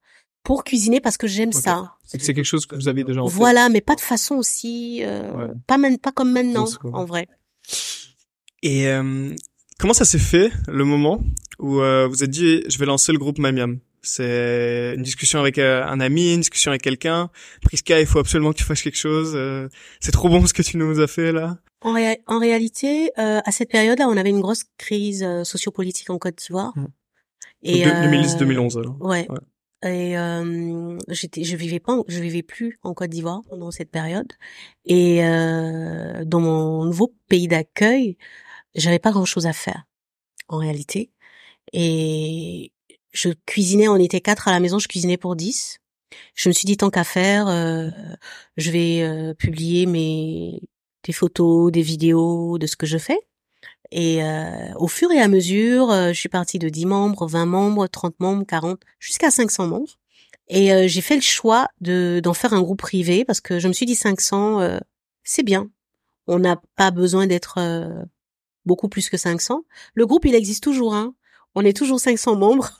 pour cuisiner parce que j'aime Ok. ça. C'est quelque chose que vous avez déjà en tête. Voilà, mais pas de façon aussi, Ouais. pas comme maintenant, Grosse, quoi. en vrai. Et comment ça s'est fait, le moment où vous êtes dit, je vais lancer le groupe Mamiam? C'est une discussion avec un ami, une discussion avec quelqu'un. Prisca, il faut absolument que tu fasses quelque chose. C'est trop bon ce que tu nous as fait là. En réalité, à cette période-là, on avait une grosse crise sociopolitique en Côte d'Ivoire. Et 2010-2011 alors. Ouais. Et je vivais plus en Côte d'Ivoire pendant cette période. Et dans mon nouveau pays d'accueil, j'avais pas grand-chose à faire en réalité. Et je cuisinais, on était 4 à la maison, je cuisinais pour 10. Je me suis dit tant qu'à faire, je vais publier des photos, des vidéos de ce que je fais. Et au fur et à mesure, je suis partie de 10 membres, 20 membres, 30 membres, 40, jusqu'à 500 membres. Et j'ai fait le choix d'en faire un groupe privé parce que je me suis dit 500, c'est bien. On n'a pas besoin d'être beaucoup plus que 500. Le groupe, il existe toujours, hein. On est toujours 500 membres.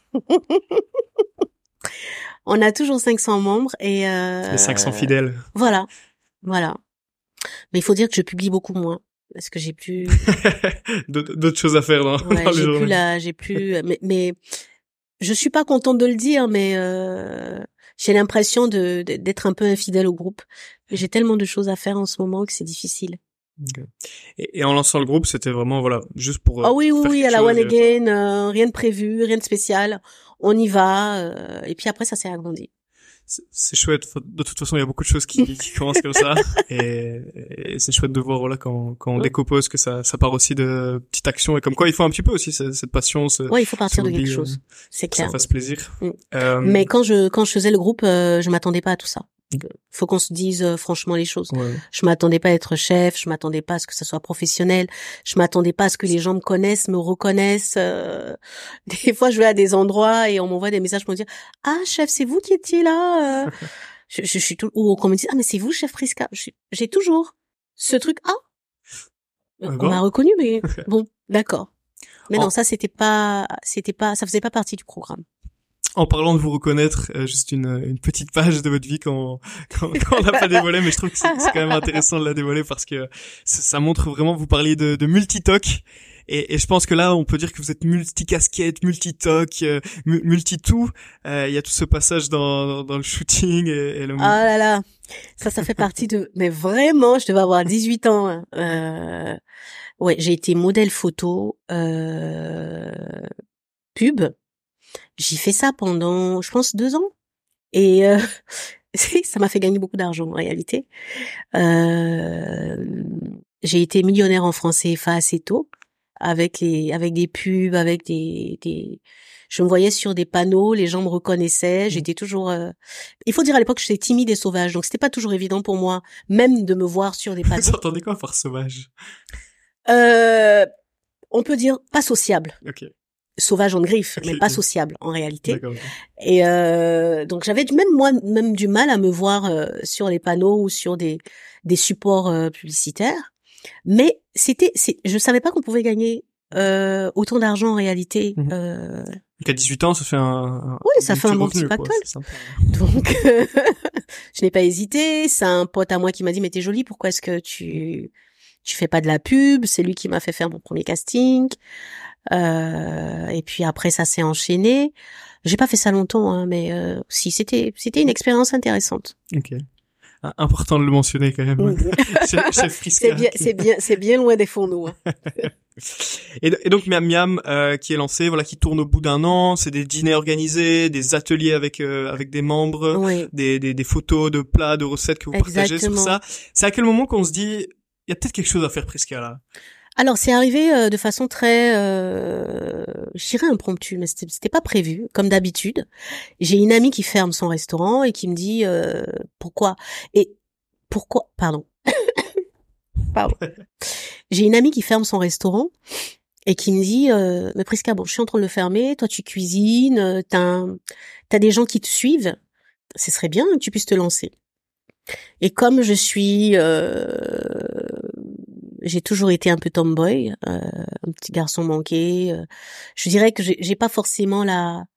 On a toujours 500 membres et Les 500 fidèles. Voilà. Mais il faut dire que je publie beaucoup moins parce que j'ai plus d'autres choses à faire dans les journées. j'ai plus mais je suis pas contente de le dire, mais j'ai l'impression d'être un peu infidèle au groupe. J'ai tellement de choses à faire en ce moment que c'est difficile. Okay. Et en lançant le groupe, c'était vraiment juste pour oui, à la one again, rien de prévu, rien de spécial. On y va et puis après ça s'est agrandi. C'est chouette. De toute façon, il y a beaucoup de choses qui commencent comme ça, et c'est chouette de voir quand on décompose que ça part aussi de petites actions et comme quoi il faut un petit peu aussi cette passion. Ouais, il faut partir de quelque chose. C'est clair. Que ça fasse plaisir. Mais quand je faisais le groupe, je m'attendais pas à tout ça. Faut qu'on se dise franchement les choses. Ouais. Je m'attendais pas à être chef, je m'attendais pas à ce que ça soit professionnel, je m'attendais pas à ce que les gens me connaissent, me reconnaissent. Des fois, je vais à des endroits et on m'envoie des messages pour me dire « Ah, chef, c'est vous qui étiez là je suis tout... Ou qu'on me dise « Ah, mais c'est vous, chef Prisca ?» J'ai toujours ce truc « Ah, on m'a reconnu, mais bon, d'accord. » Mais non, ça, c'était pas, ça faisait pas partie du programme. En parlant de vous reconnaître, juste une petite page de votre vie qu'on n'a pas dévoilée, mais je trouve que c'est quand même intéressant de la dévoiler parce que ça montre vraiment, vous parliez de multitoc, et je pense que là, on peut dire que vous êtes multicasquette, multitoc, multi-tout. Il y a tout ce passage dans le shooting et le... Ah là là, ça fait partie de... Mais vraiment, je devais avoir 18 ans. Ouais, j'ai été modèle photo, pub. J'ai fait ça pendant, je pense, 2 ans. Et ça m'a fait gagner beaucoup d'argent en réalité. J'ai été millionnaire en francs CFA assez tôt, avec des pubs, avec je me voyais sur des panneaux, les gens me reconnaissaient. J'étais toujours. Il faut dire à l'époque que j'étais timide et sauvage, donc c'était pas toujours évident pour moi, même de me voir sur des panneaux. Vous entendez quoi par sauvage? On peut dire pas sociable. Ok. Sauvage en griffe, mais pas sociable en réalité. D'accord. Et donc j'avais même du mal à me voir sur les panneaux ou sur des supports publicitaires. Mais je savais pas qu'on pouvait gagner autant d'argent en réalité. Donc à 18 ans, ça fait ça fait un bon petit pactole. Donc je n'ai pas hésité. C'est un pote à moi qui m'a dit mais t'es jolie, pourquoi est-ce que tu fais pas de la pub? C'est lui qui m'a fait faire mon premier casting. Et puis après ça s'est enchaîné. J'ai pas fait ça longtemps, hein, mais si c'était une expérience intéressante. Ok. Important de le mentionner quand même. Chef Prisca. C'est bien loin des fourneaux. Hein. Et donc Miam Miam qui est lancé, qui tourne au bout d'un an. C'est des dîners organisés, des ateliers avec des membres, oui. des photos de plats, de recettes que vous partagez sur ça. C'est à quel moment qu'on se dit il y a peut-être quelque chose à faire, Prisca, là? Alors c'est arrivé de façon très, je dirais impromptue, mais c'était pas prévu, comme d'habitude. J'ai une amie qui ferme son restaurant et qui me dit pourquoi. Pardon. J'ai une amie qui ferme son restaurant et qui me dit mais Prisca, bon, je suis en train de le fermer, toi tu cuisines, t'as des gens qui te suivent, ce serait bien que tu puisses te lancer. Et comme je suis j'ai toujours été un peu tomboy, un petit garçon manqué. Je dirais que j'ai pas forcément la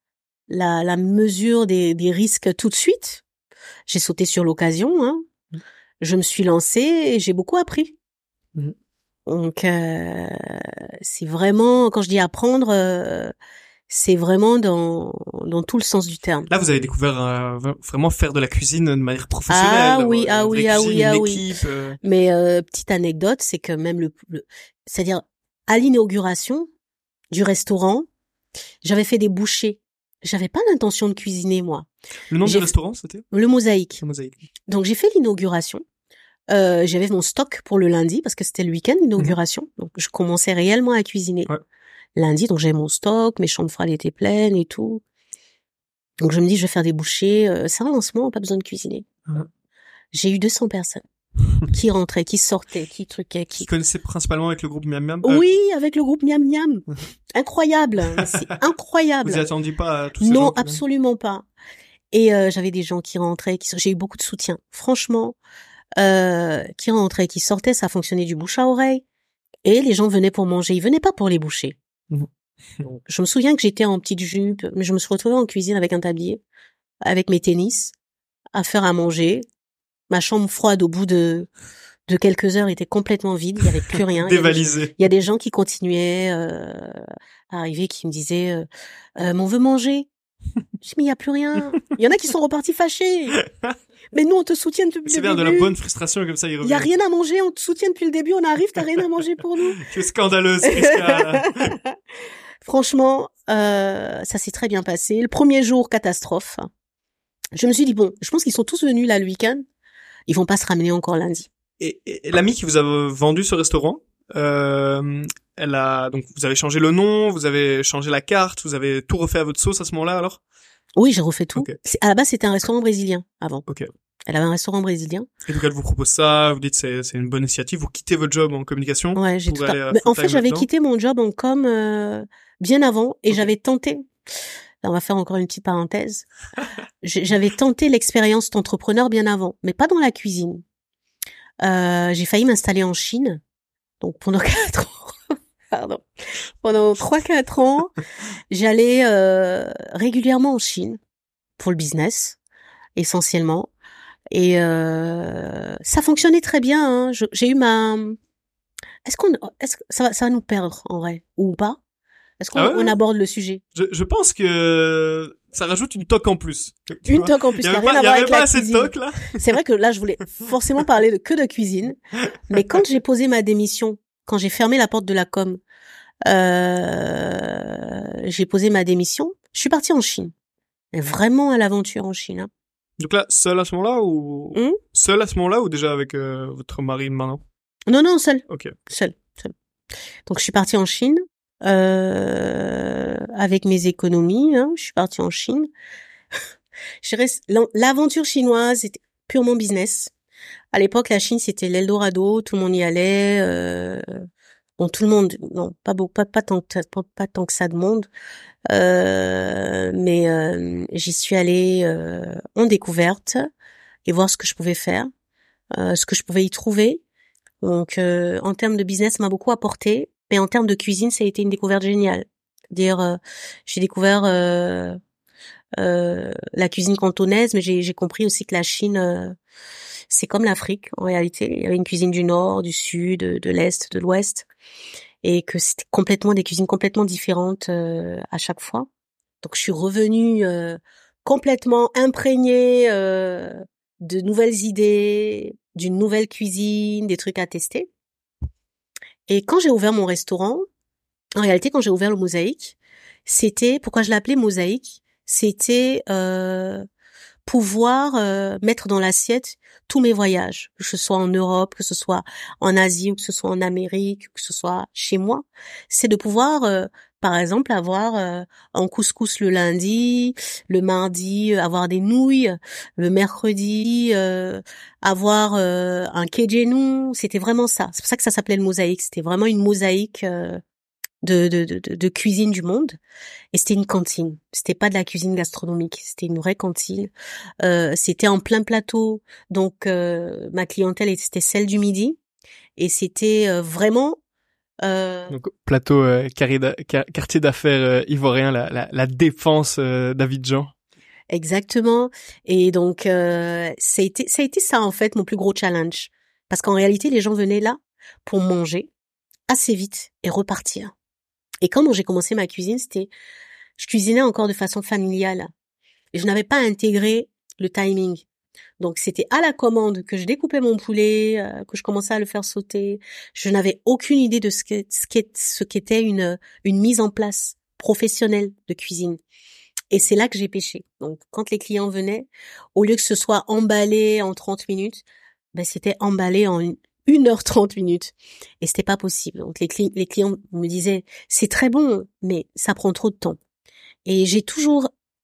la mesure des risques tout de suite. J'ai sauté sur l'occasion, hein. Je me suis lancée et j'ai beaucoup appris. Mhm. Donc, c'est vraiment, quand je dis apprendre, c'est vraiment dans tout le sens du terme. Là, vous avez découvert vraiment faire de la cuisine de manière professionnelle. Ah oui, d'avoir une vraie cuisine, une oui. équipe. Mais petite anecdote, c'est que même c'est-à-dire à l'inauguration du restaurant, j'avais fait des bouchées. J'avais pas l'intention de cuisiner, moi. Le nom du restaurant, c'était Le Mosaïque. Le Mosaïque. Donc j'ai fait l'inauguration. J'avais mon stock pour le lundi parce que c'était le week-end l'inauguration. Donc je commençais réellement à cuisiner. Ouais. Lundi, donc j'avais mon stock, mes chambres froides étaient pleines et tout. Donc je me dis je vais faire des bouchées. C'est un lancement, pas besoin de cuisiner. J'ai eu 200 personnes qui rentraient, qui sortaient, qui truquaient, qui connaissaient principalement avec le groupe Miam Miam. Oui, avec le groupe Miam Miam. Incroyable, c'est incroyable. Vous y attendiez pas à tous ces gens? Non, absolument pas. Et j'avais des gens qui rentraient, j'ai eu beaucoup de soutien. Franchement, qui rentraient, qui sortaient, ça fonctionnait du bouche à oreille. Et les gens venaient pour manger, ils venaient pas pour les boucher. Donc, je me souviens que j'étais en petite jupe, mais je me suis retrouvée en cuisine avec un tablier, avec mes tennis, à faire à manger. Ma chambre froide, au bout de quelques heures, était complètement vide, il y avait plus rien. Dévalisé. Il y a des gens qui continuaient à arriver, qui me disaient mais on veut manger. Je dis mais il y a plus rien. Il y en a qui sont repartis fâchés. Mais nous on te soutient depuis le début. C'est bien de la bonne frustration comme ça. Il y a rien à manger, on te soutient depuis le début, on arrive, t'as rien à manger pour nous. Tu es scandaleuse, Prisca. Franchement, ça s'est très bien passé. Le premier jour, catastrophe. Je me suis dit bon, je pense qu'ils sont tous venus là le week-end. Ils vont pas se ramener encore lundi. Et l'amie qui vous a vendu ce restaurant, donc vous avez changé le nom, vous avez changé la carte, vous avez tout refait à votre sauce à ce moment-là alors? Oui, j'ai refait tout. Okay. À la base, c'était un restaurant brésilien avant. Ok. Elle avait un restaurant brésilien. Et donc elle vous propose ça, vous dites c'est une bonne initiative, vous quittez votre job en communication. Ouais, j'ai tout. Mais en fait, j'avais quitté mon job en com bien avant et j'avais tenté. Là, on va faire encore une petite parenthèse. J'avais tenté l'expérience d'entrepreneur bien avant, mais pas dans la cuisine. J'ai failli m'installer en Chine. Donc pendant 4 ans, pardon, pendant 3-4 ans, j'allais régulièrement en Chine pour le business, essentiellement. Et ça fonctionnait très bien. Hein. J'ai eu ma. Est-ce que ça va nous perdre en vrai ou pas? Est-ce qu'on aborde le sujet? Je pense que ça rajoute une toque en plus. Une toque en plus. Il y avait pas assez de toque là. C'est vrai que là, je voulais forcément parler que de cuisine, mais quand j'ai posé ma démission, quand j'ai fermé la porte de la com, j'ai posé ma démission. Je suis partie en Chine, mais vraiment à l'aventure en Chine. Hein. Donc là, seule à ce moment-là ou seule à ce moment-là ou déjà avec votre mari maintenant? Non, seule. Ok. Seule. Donc je suis partie en Chine. Avec mes économies, hein, je suis partie en Chine. L'aventure chinoise était purement business. À l'époque, la Chine c'était l'Eldorado, tout le monde y allait. Bon, tout le monde, non, pas tant que ça de monde. Mais j'y suis allée en découverte et voir ce que je pouvais faire, ce que je pouvais y trouver. Donc, en termes de business, ça m'a beaucoup apporté. Mais en termes de cuisine, ça a été une découverte géniale. C'est-à-dire, j'ai découvert la cuisine cantonaise, mais j'ai compris aussi que la Chine, c'est comme l'Afrique en réalité. Il y avait une cuisine du Nord, du Sud, de l'Est, de l'Ouest, et que c'était des cuisines complètement différentes à chaque fois. Donc, je suis revenue complètement imprégnée de nouvelles idées, d'une nouvelle cuisine, des trucs à tester. Et quand j'ai ouvert mon restaurant, en réalité, quand j'ai ouvert le Mosaïque, pourquoi je l'appelais Mosaïque, c'était pouvoir mettre dans l'assiette tous mes voyages, que ce soit en Europe, que ce soit en Asie, ou que ce soit en Amérique, que ce soit chez moi. C'est de pouvoir, par exemple, avoir un couscous le lundi, le mardi, avoir des nouilles, le mercredi, avoir un kejenou. C'était vraiment ça. C'est pour ça que ça s'appelait le Mosaïque. C'était vraiment une mosaïque de cuisine du monde. Et c'était une cantine. C'était pas de la cuisine gastronomique. C'était une vraie cantine. C'était en plein plateau. Donc, ma clientèle c'était celle du midi. Et c'était vraiment Donc plateau quartier d'affaires ivoirien, la défense d'Abidjan. Exactement. Et donc ça a été ça en fait mon plus gros challenge, parce qu'en réalité les gens venaient là pour manger assez vite et repartir. Et quand j'ai commencé ma cuisine, je cuisinais encore de façon familiale. Et je n'avais pas intégré le timing. Donc c'était à la commande que je découpais mon poulet, que je commençais à le faire sauter. Je n'avais aucune idée de ce qu'était une mise en place professionnelle de cuisine. Et c'est là que j'ai péché. Donc quand les clients venaient, au lieu que ce soit emballé en 30 minutes, ben c'était emballé en 1h 30 minutes. Et c'était pas possible. Donc les clients me disaient c'est très bon, mais ça prend trop de temps. Et j'ai toujours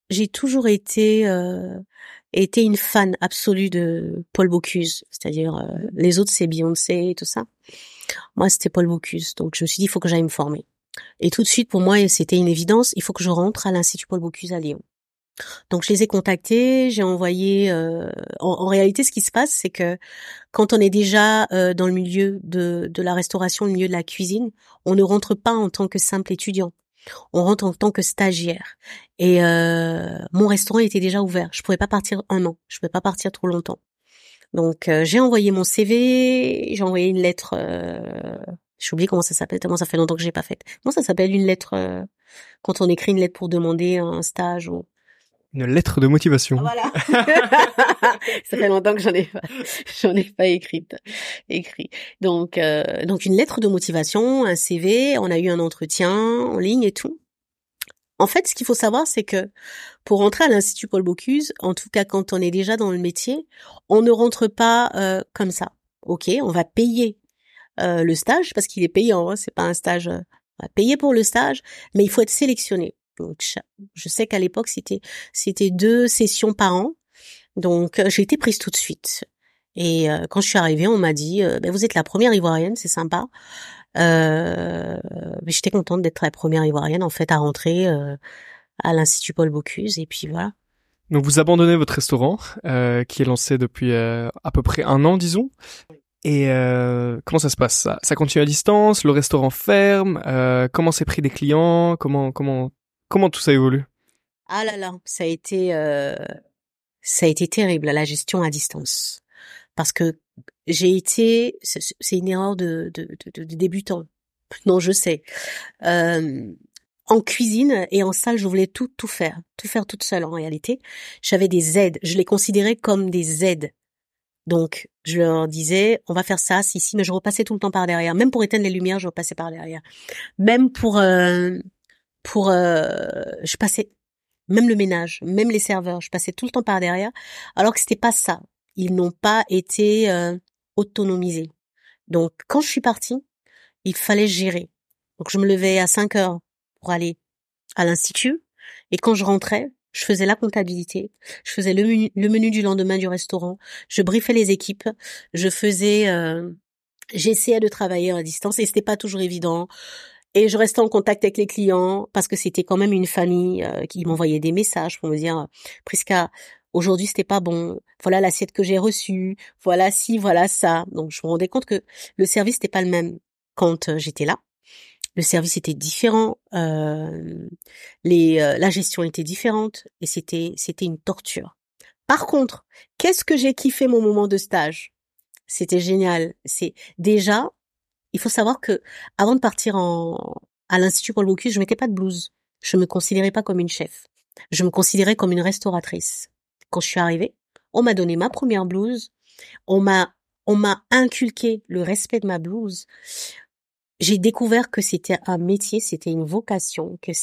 été une fan absolue de Paul Bocuse, c'est-à-dire les autres c'est Beyoncé et tout ça. Moi c'était Paul Bocuse, donc je me suis dit il faut que j'aille me former. Et tout de suite pour moi c'était une évidence, il faut que je rentre à l'Institut Paul Bocuse à Lyon. Donc je les ai contactés, j'ai envoyé. En réalité ce qui se passe c'est que quand on est déjà dans le milieu de la restauration, le milieu de la cuisine, on ne rentre pas en tant que simple étudiant. On rentre en tant que stagiaire. Et mon restaurant était déjà ouvert. Je pouvais pas partir 1 an. Je pouvais pas partir trop longtemps. Donc j'ai envoyé mon CV, j'ai envoyé une lettre. J'ai oublié comment ça s'appelle, tellement ça fait longtemps que j'ai pas fait. Comment ça s'appelle une lettre quand on écrit une lettre pour demander un stage ou... Une lettre de motivation. Voilà. Ça fait longtemps que j'en ai pas écrit. Donc une lettre de motivation, un CV, on a eu un entretien en ligne et tout. En fait, ce qu'il faut savoir, c'est que pour rentrer à l'Institut Paul Bocuse, en tout cas quand on est déjà dans le métier, on ne rentre pas comme ça. Ok, on va payer le stage parce qu'il est payant, hein, c'est pas un stage. On va payer pour le stage, mais il faut être sélectionné. Donc, je sais qu'à l'époque c'était 2 sessions par an, donc j'ai été prise tout de suite. Et quand je suis arrivée, on m'a dit ben, vous êtes la première ivoirienne, c'est sympa. Mais j'étais contente d'être la première ivoirienne en fait à rentrer à l'Institut Paul Bocuse, et puis voilà. Donc vous abandonnez votre restaurant qui est lancé depuis à peu près 1 an, disons. Et comment ça se passe ça continue à distance, le restaurant ferme, comment c'est pris des clients, comment tout ça évolue? Ah là là, ça a été terrible la gestion à distance, parce que c'est une erreur de débutant. Non, je sais. En cuisine et en salle, je voulais tout faire toute seule en réalité. J'avais des aides, je les considérais comme des aides. Donc, je leur disais, on va faire ça, si, mais je repassais tout le temps par derrière. Même pour éteindre les lumières, je repassais par derrière. Même je passais, même le ménage, même les serveurs, je passais tout le temps par derrière, alors que c'était pas ça. Ils n'ont pas été autonomisés. Donc, quand je suis partie, il fallait gérer. Donc, je me levais à 5 heures pour aller à l'institut, et quand je rentrais, je faisais la comptabilité, je faisais le menu du lendemain du restaurant, je briefais les équipes, j'essayais de travailler à distance, et c'était pas toujours évident. Et je restais en contact avec les clients parce que c'était quand même une famille qui m'envoyait des messages pour me dire Prisca, aujourd'hui c'était pas bon, voilà l'assiette que j'ai reçue, voilà ci, voilà ça. Donc je me rendais compte que le service n'était pas le même quand j'étais là. Le service était différent, la gestion était différente, et c'était une torture. Par contre, qu'est-ce que j'ai kiffé mon moment de stage? C'était génial. C'est déjà, il faut savoir que avant de partir à l'Institut Paul Bocuse, je mettais pas de blouse. Je me considérais pas comme une chef. Je me considérais comme une restauratrice. Quand je suis arrivée, on m'a donné ma première blouse. On m'a inculqué le respect de ma blouse. J'ai découvert que c'était un métier, c'était une vocation, que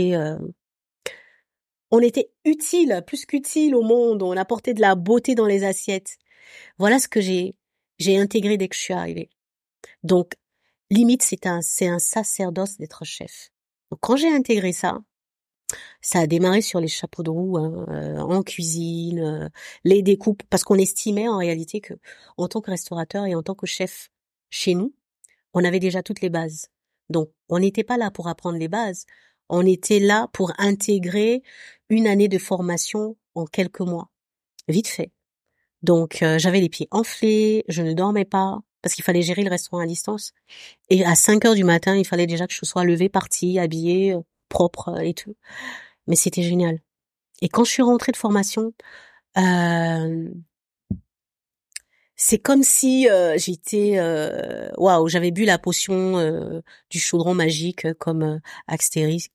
on était utile, plus qu'utile au monde. On apportait de la beauté dans les assiettes. Voilà ce que j'ai intégré dès que je suis arrivée. Donc, limite, c'est un sacerdoce d'être chef. Donc, quand j'ai intégré ça a démarré sur les chapeaux de roue, hein, en cuisine, les découpes, parce qu'on estimait en réalité que, en tant que restaurateur et en tant que chef chez nous, on avait déjà toutes les bases. Donc, on n'était pas là pour apprendre les bases. On était là pour intégrer une année de formation en quelques mois. Vite fait. Donc, j'avais les pieds enflés, je ne dormais pas, parce qu'il fallait gérer le restaurant à distance. Et à 5 heures du matin, il fallait déjà que je sois levée, partie, habillée, propre et tout. Mais c'était génial. Et quand je suis rentrée de formation, euh, c'est comme si j'étais waouh, j'avais bu la potion du chaudron magique comme Astérix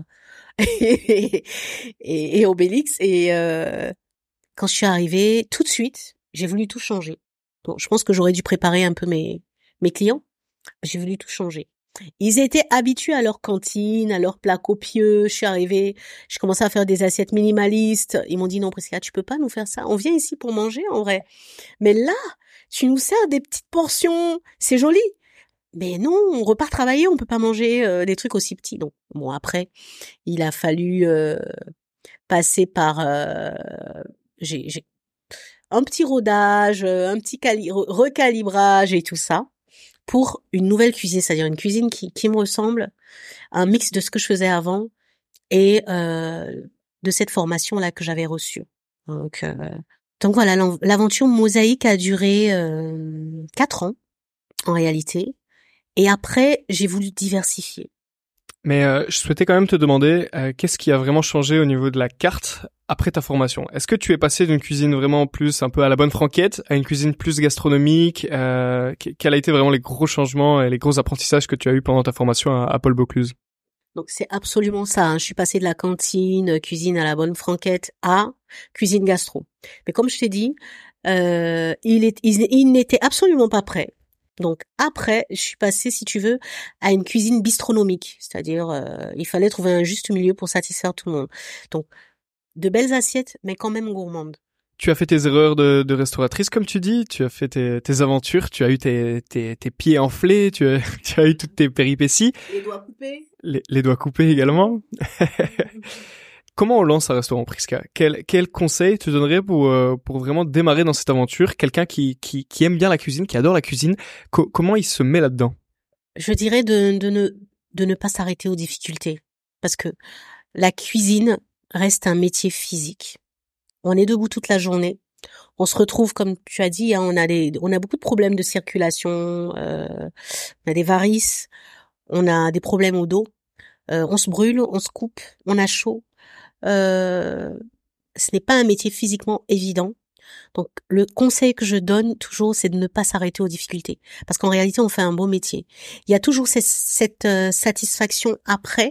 et Obélix. Et quand je suis arrivée, tout de suite, j'ai voulu tout changer. Donc, je pense que j'aurais dû préparer un peu mes clients. J'ai voulu tout changer. Ils étaient habitués à leur cantine, à leurs plats copieux. Je suis arrivée, je commençais à faire des assiettes minimalistes. Ils m'ont dit non, Priscilla, tu peux pas nous faire ça. On vient ici pour manger en vrai. Mais là, tu nous sers des petites portions. C'est joli. Mais non, on repart travailler, on peut pas manger des trucs aussi petits. Donc bon, après, il a fallu passer par j'ai un petit rodage, un petit recalibrage et tout ça pour une nouvelle cuisine, c'est-à-dire une cuisine qui me ressemble, un mix de ce que je faisais avant et de cette formation là que j'avais reçue. Donc voilà, l'aventure Mosaïque a duré 4 ans en réalité. Et après, j'ai voulu diversifier. Mais je souhaitais quand même te demander, qu'est-ce qui a vraiment changé au niveau de la carte après ta formation? Est-ce que tu es passé d'une cuisine vraiment plus un peu à la bonne franquette à une cuisine plus gastronomique? Quels a été vraiment les gros changements et les gros apprentissages que tu as eu pendant ta formation à Paul Bocuse? Donc c'est absolument ça. Hein. Je suis passée de la cantine, cuisine à la bonne franquette, à cuisine gastro. Mais comme je t'ai dit, il n'était absolument pas prêt. Donc après, je suis passée, si tu veux, à une cuisine bistronomique, c'est-à-dire il fallait trouver un juste milieu pour satisfaire tout le monde. Donc de belles assiettes, mais quand même gourmandes. Tu as fait tes erreurs de restauratrice, comme tu dis, tu as fait tes aventures, tu as eu tes pieds enflés, tu as eu toutes tes péripéties. Les doigts coupés. Les doigts coupés également. Comment on lance un restaurant, Prisca? Quel conseil tu donnerais pour vraiment démarrer dans cette aventure? Quelqu'un qui aime bien la cuisine, qui adore la cuisine, comment il se met là-dedans? Je dirais de ne pas s'arrêter aux difficultés. Parce que la cuisine reste un métier physique. On est debout toute la journée. On se retrouve, comme tu as dit, hein, on a beaucoup de problèmes de circulation, on a des varices, on a des problèmes au dos, on se brûle, on se coupe, on a chaud. Ce n'est pas un métier physiquement évident. Donc, le conseil que je donne toujours, c'est de ne pas s'arrêter aux difficultés. Parce qu'en réalité, on fait un beau métier. Il y a toujours cette satisfaction après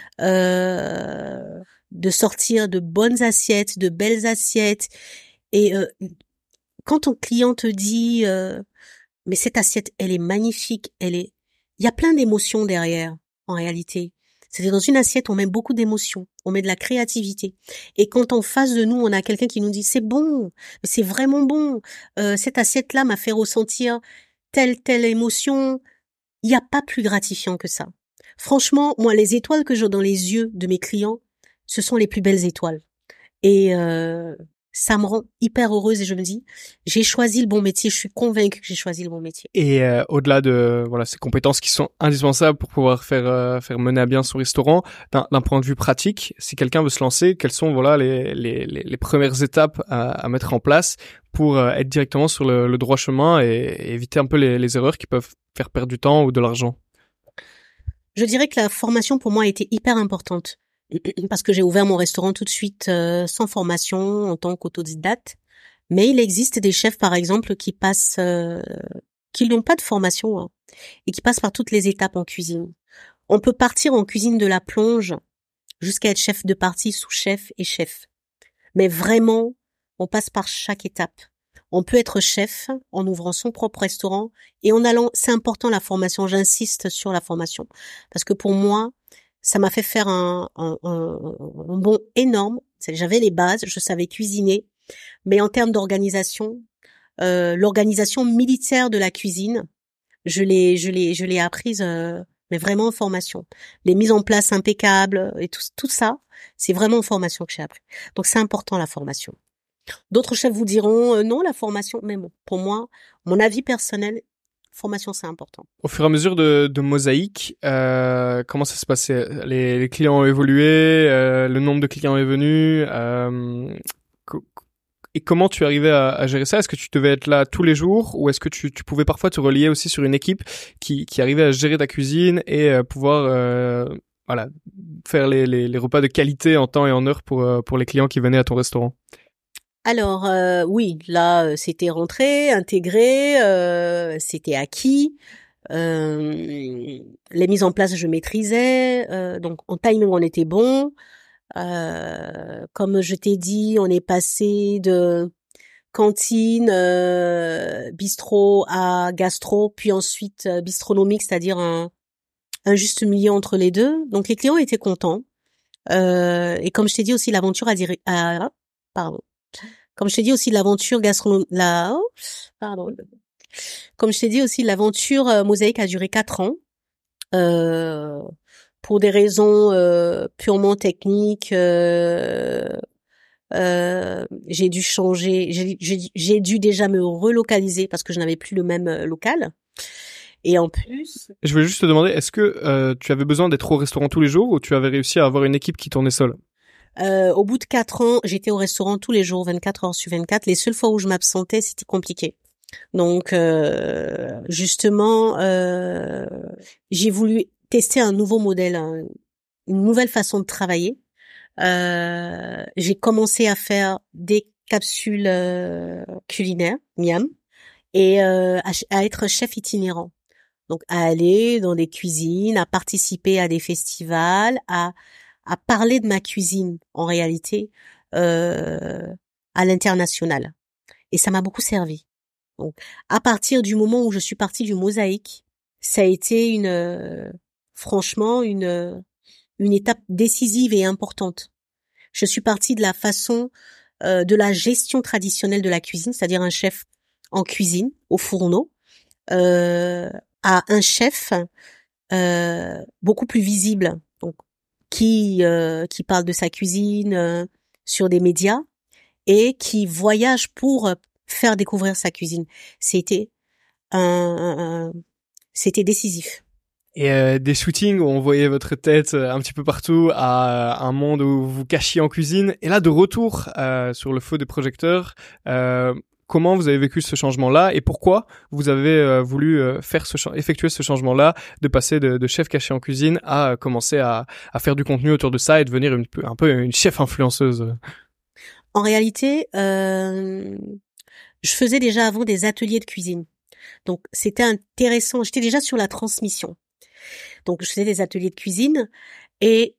de sortir de bonnes assiettes, de belles assiettes. Et quand ton client te dit mais cette assiette, elle est magnifique, il y a plein d'émotions derrière, en réalité. C'est-à-dire dans une assiette, on met beaucoup d'émotions, on met de la créativité. Et quand en face de nous, on a quelqu'un qui nous dit c'est bon, c'est vraiment bon, cette assiette-là m'a fait ressentir telle émotion, il n'y a pas plus gratifiant que ça. Franchement, moi, les étoiles que j'ai dans les yeux de mes clients, ce sont les plus belles étoiles. Et ça me rend hyper heureuse et je me dis, j'ai choisi le bon métier, je suis convaincue que j'ai choisi le bon métier. Et au-delà de ces compétences qui sont indispensables pour pouvoir faire mener à bien son restaurant, d'un point de vue pratique, si quelqu'un veut se lancer, quelles sont les premières étapes à mettre en place pour être directement sur le droit chemin et éviter un peu les erreurs qui peuvent faire perdre du temps ou de l'argent? Je dirais que la formation pour moi a été hyper importante. Parce que j'ai ouvert mon restaurant tout de suite sans formation en tant qu'autodidacte. Mais il existe des chefs, par exemple, qui n'ont pas de formation hein, et qui passent par toutes les étapes en cuisine. On peut partir en cuisine de la plonge jusqu'à être chef de partie, sous-chef et chef. Mais vraiment, on passe par chaque étape. On peut être chef en ouvrant son propre restaurant et en allant, c'est important la formation, j'insiste sur la formation. Parce que pour moi, ça m'a fait faire un bond énorme. J'avais les bases, je savais cuisiner, mais en termes d'organisation, l'organisation militaire de la cuisine, je l'ai apprise, mais vraiment en formation. Les mises en place impeccables et tout ça, c'est vraiment en formation que j'ai appris. Donc c'est important la formation. D'autres chefs vous diront non la formation, mais bon, pour moi, mon avis personnel. Formation, c'est important. Au fur et à mesure de Mosaïque, comment ça se passait? Les clients ont évolué, le nombre de clients est venu. Et comment tu arrivais à gérer ça? Est-ce que tu devais être là tous les jours ou est-ce que tu pouvais parfois te relier aussi sur une équipe qui arrivait à gérer ta cuisine et pouvoir voilà, faire les repas de qualité en temps et en heure pour les clients qui venaient à ton restaurant? Alors oui, là c'était rentré, intégré, c'était acquis. Les mises en place je maîtrisais, donc en timing on était bon. Comme je t'ai dit, on est passé de cantine, bistrot à gastro, puis ensuite bistronomique, c'est-à-dire un juste milieu entre les deux. Donc les clients étaient contents. Et comme je t'ai dit aussi, l'aventure pardon. Comme je t'ai dit aussi, l'aventure Comme je t'ai dit aussi, l'aventure Mosaïque a duré 4 ans. Pour des raisons purement techniques, j'ai dû changer, j'ai dû déjà me relocaliser parce que je n'avais plus le même local. Et en plus... Je voulais juste te demander, est-ce que tu avais besoin d'être au restaurant tous les jours ou tu avais réussi à avoir une équipe qui tournait seule? Au bout de 4 ans, j'étais au restaurant tous les jours, 24 heures sur 24. Les seules fois où je m'absentais, c'était compliqué. Donc, justement, j'ai voulu tester un nouveau modèle, une nouvelle façon de travailler. J'ai commencé à faire des capsules culinaires, miam, et à être chef itinérant. Donc, à aller dans des cuisines, à participer à des festivals, à parler de ma cuisine, en réalité, à l'international. Et ça m'a beaucoup servi. Donc, à partir du moment où je suis partie du Mosaïque, ça a été franchement, une étape décisive et importante. Je suis partie de la façon, de la gestion traditionnelle de la cuisine, c'est-à-dire un chef en cuisine, au fourneau, à un chef beaucoup plus visible, donc qui parle de sa cuisine sur des médias et qui voyage pour faire découvrir sa cuisine. C'était c'était décisif. Et des shootings où on voyait votre tête un petit peu partout, à un monde où vous vous cachiez en cuisine, et là de retour sur le feu des projecteurs, comment vous avez vécu ce changement-là et pourquoi vous avez voulu effectuer ce changement-là, de passer de chef caché en cuisine à commencer à faire du contenu autour de ça et devenir un peu une chef influenceuse? En réalité, je faisais déjà avant des ateliers de cuisine. Donc, c'était intéressant. J'étais déjà sur la transmission. Donc, je faisais des ateliers de cuisine et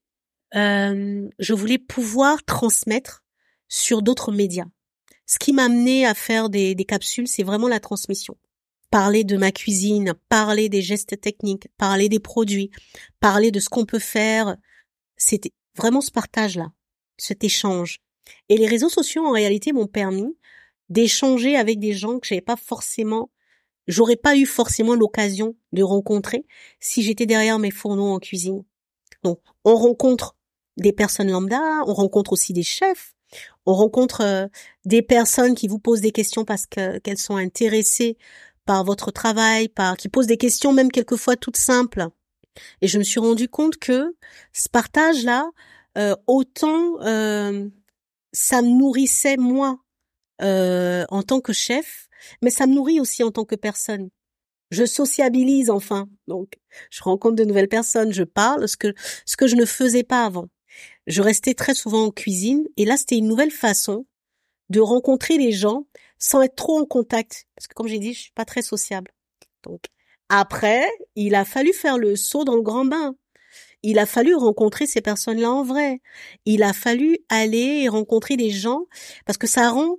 je voulais pouvoir transmettre sur d'autres médias. Ce qui m'a amené à faire des capsules, c'est vraiment la transmission. Parler de ma cuisine, parler des gestes techniques, parler des produits, parler de ce qu'on peut faire. C'était vraiment ce partage-là, cet échange. Et les réseaux sociaux, en réalité, m'ont permis d'échanger avec des gens que j'aurais pas eu forcément l'occasion de rencontrer si j'étais derrière mes fourneaux en cuisine. Donc, on rencontre des personnes lambda, on rencontre aussi des chefs, on rencontre des personnes qui vous posent des questions parce qu'elles sont intéressées par votre travail, qui posent des questions même quelquefois toutes simples. Et je me suis rendu compte que ce partage-là, autant ça me nourrissait moi en tant que chef, mais ça me nourrit aussi en tant que personne. Je sociabilise enfin, donc je rencontre de nouvelles personnes, je parle, ce que je ne faisais pas avant. Je restais très souvent en cuisine et là c'était une nouvelle façon de rencontrer les gens sans être trop en contact, parce que comme j'ai dit, je suis pas très sociable. Donc après, il a fallu faire le saut dans le grand bain. Il a fallu rencontrer ces personnes-là en vrai. Il a fallu aller et rencontrer des gens parce que ça rend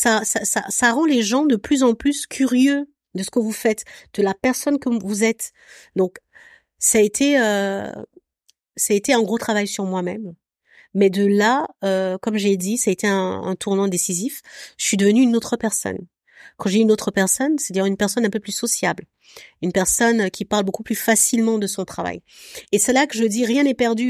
les gens de plus en plus curieux de ce que vous faites, de la personne que vous êtes. Donc ça a été un gros travail sur moi-même. Mais de là, comme j'ai dit, ça a été un tournant décisif. Je suis devenue une autre personne. Quand j'ai une autre personne, c'est-à-dire une personne un peu plus sociable, une personne qui parle beaucoup plus facilement de son travail. Et c'est là que je dis rien n'est perdu.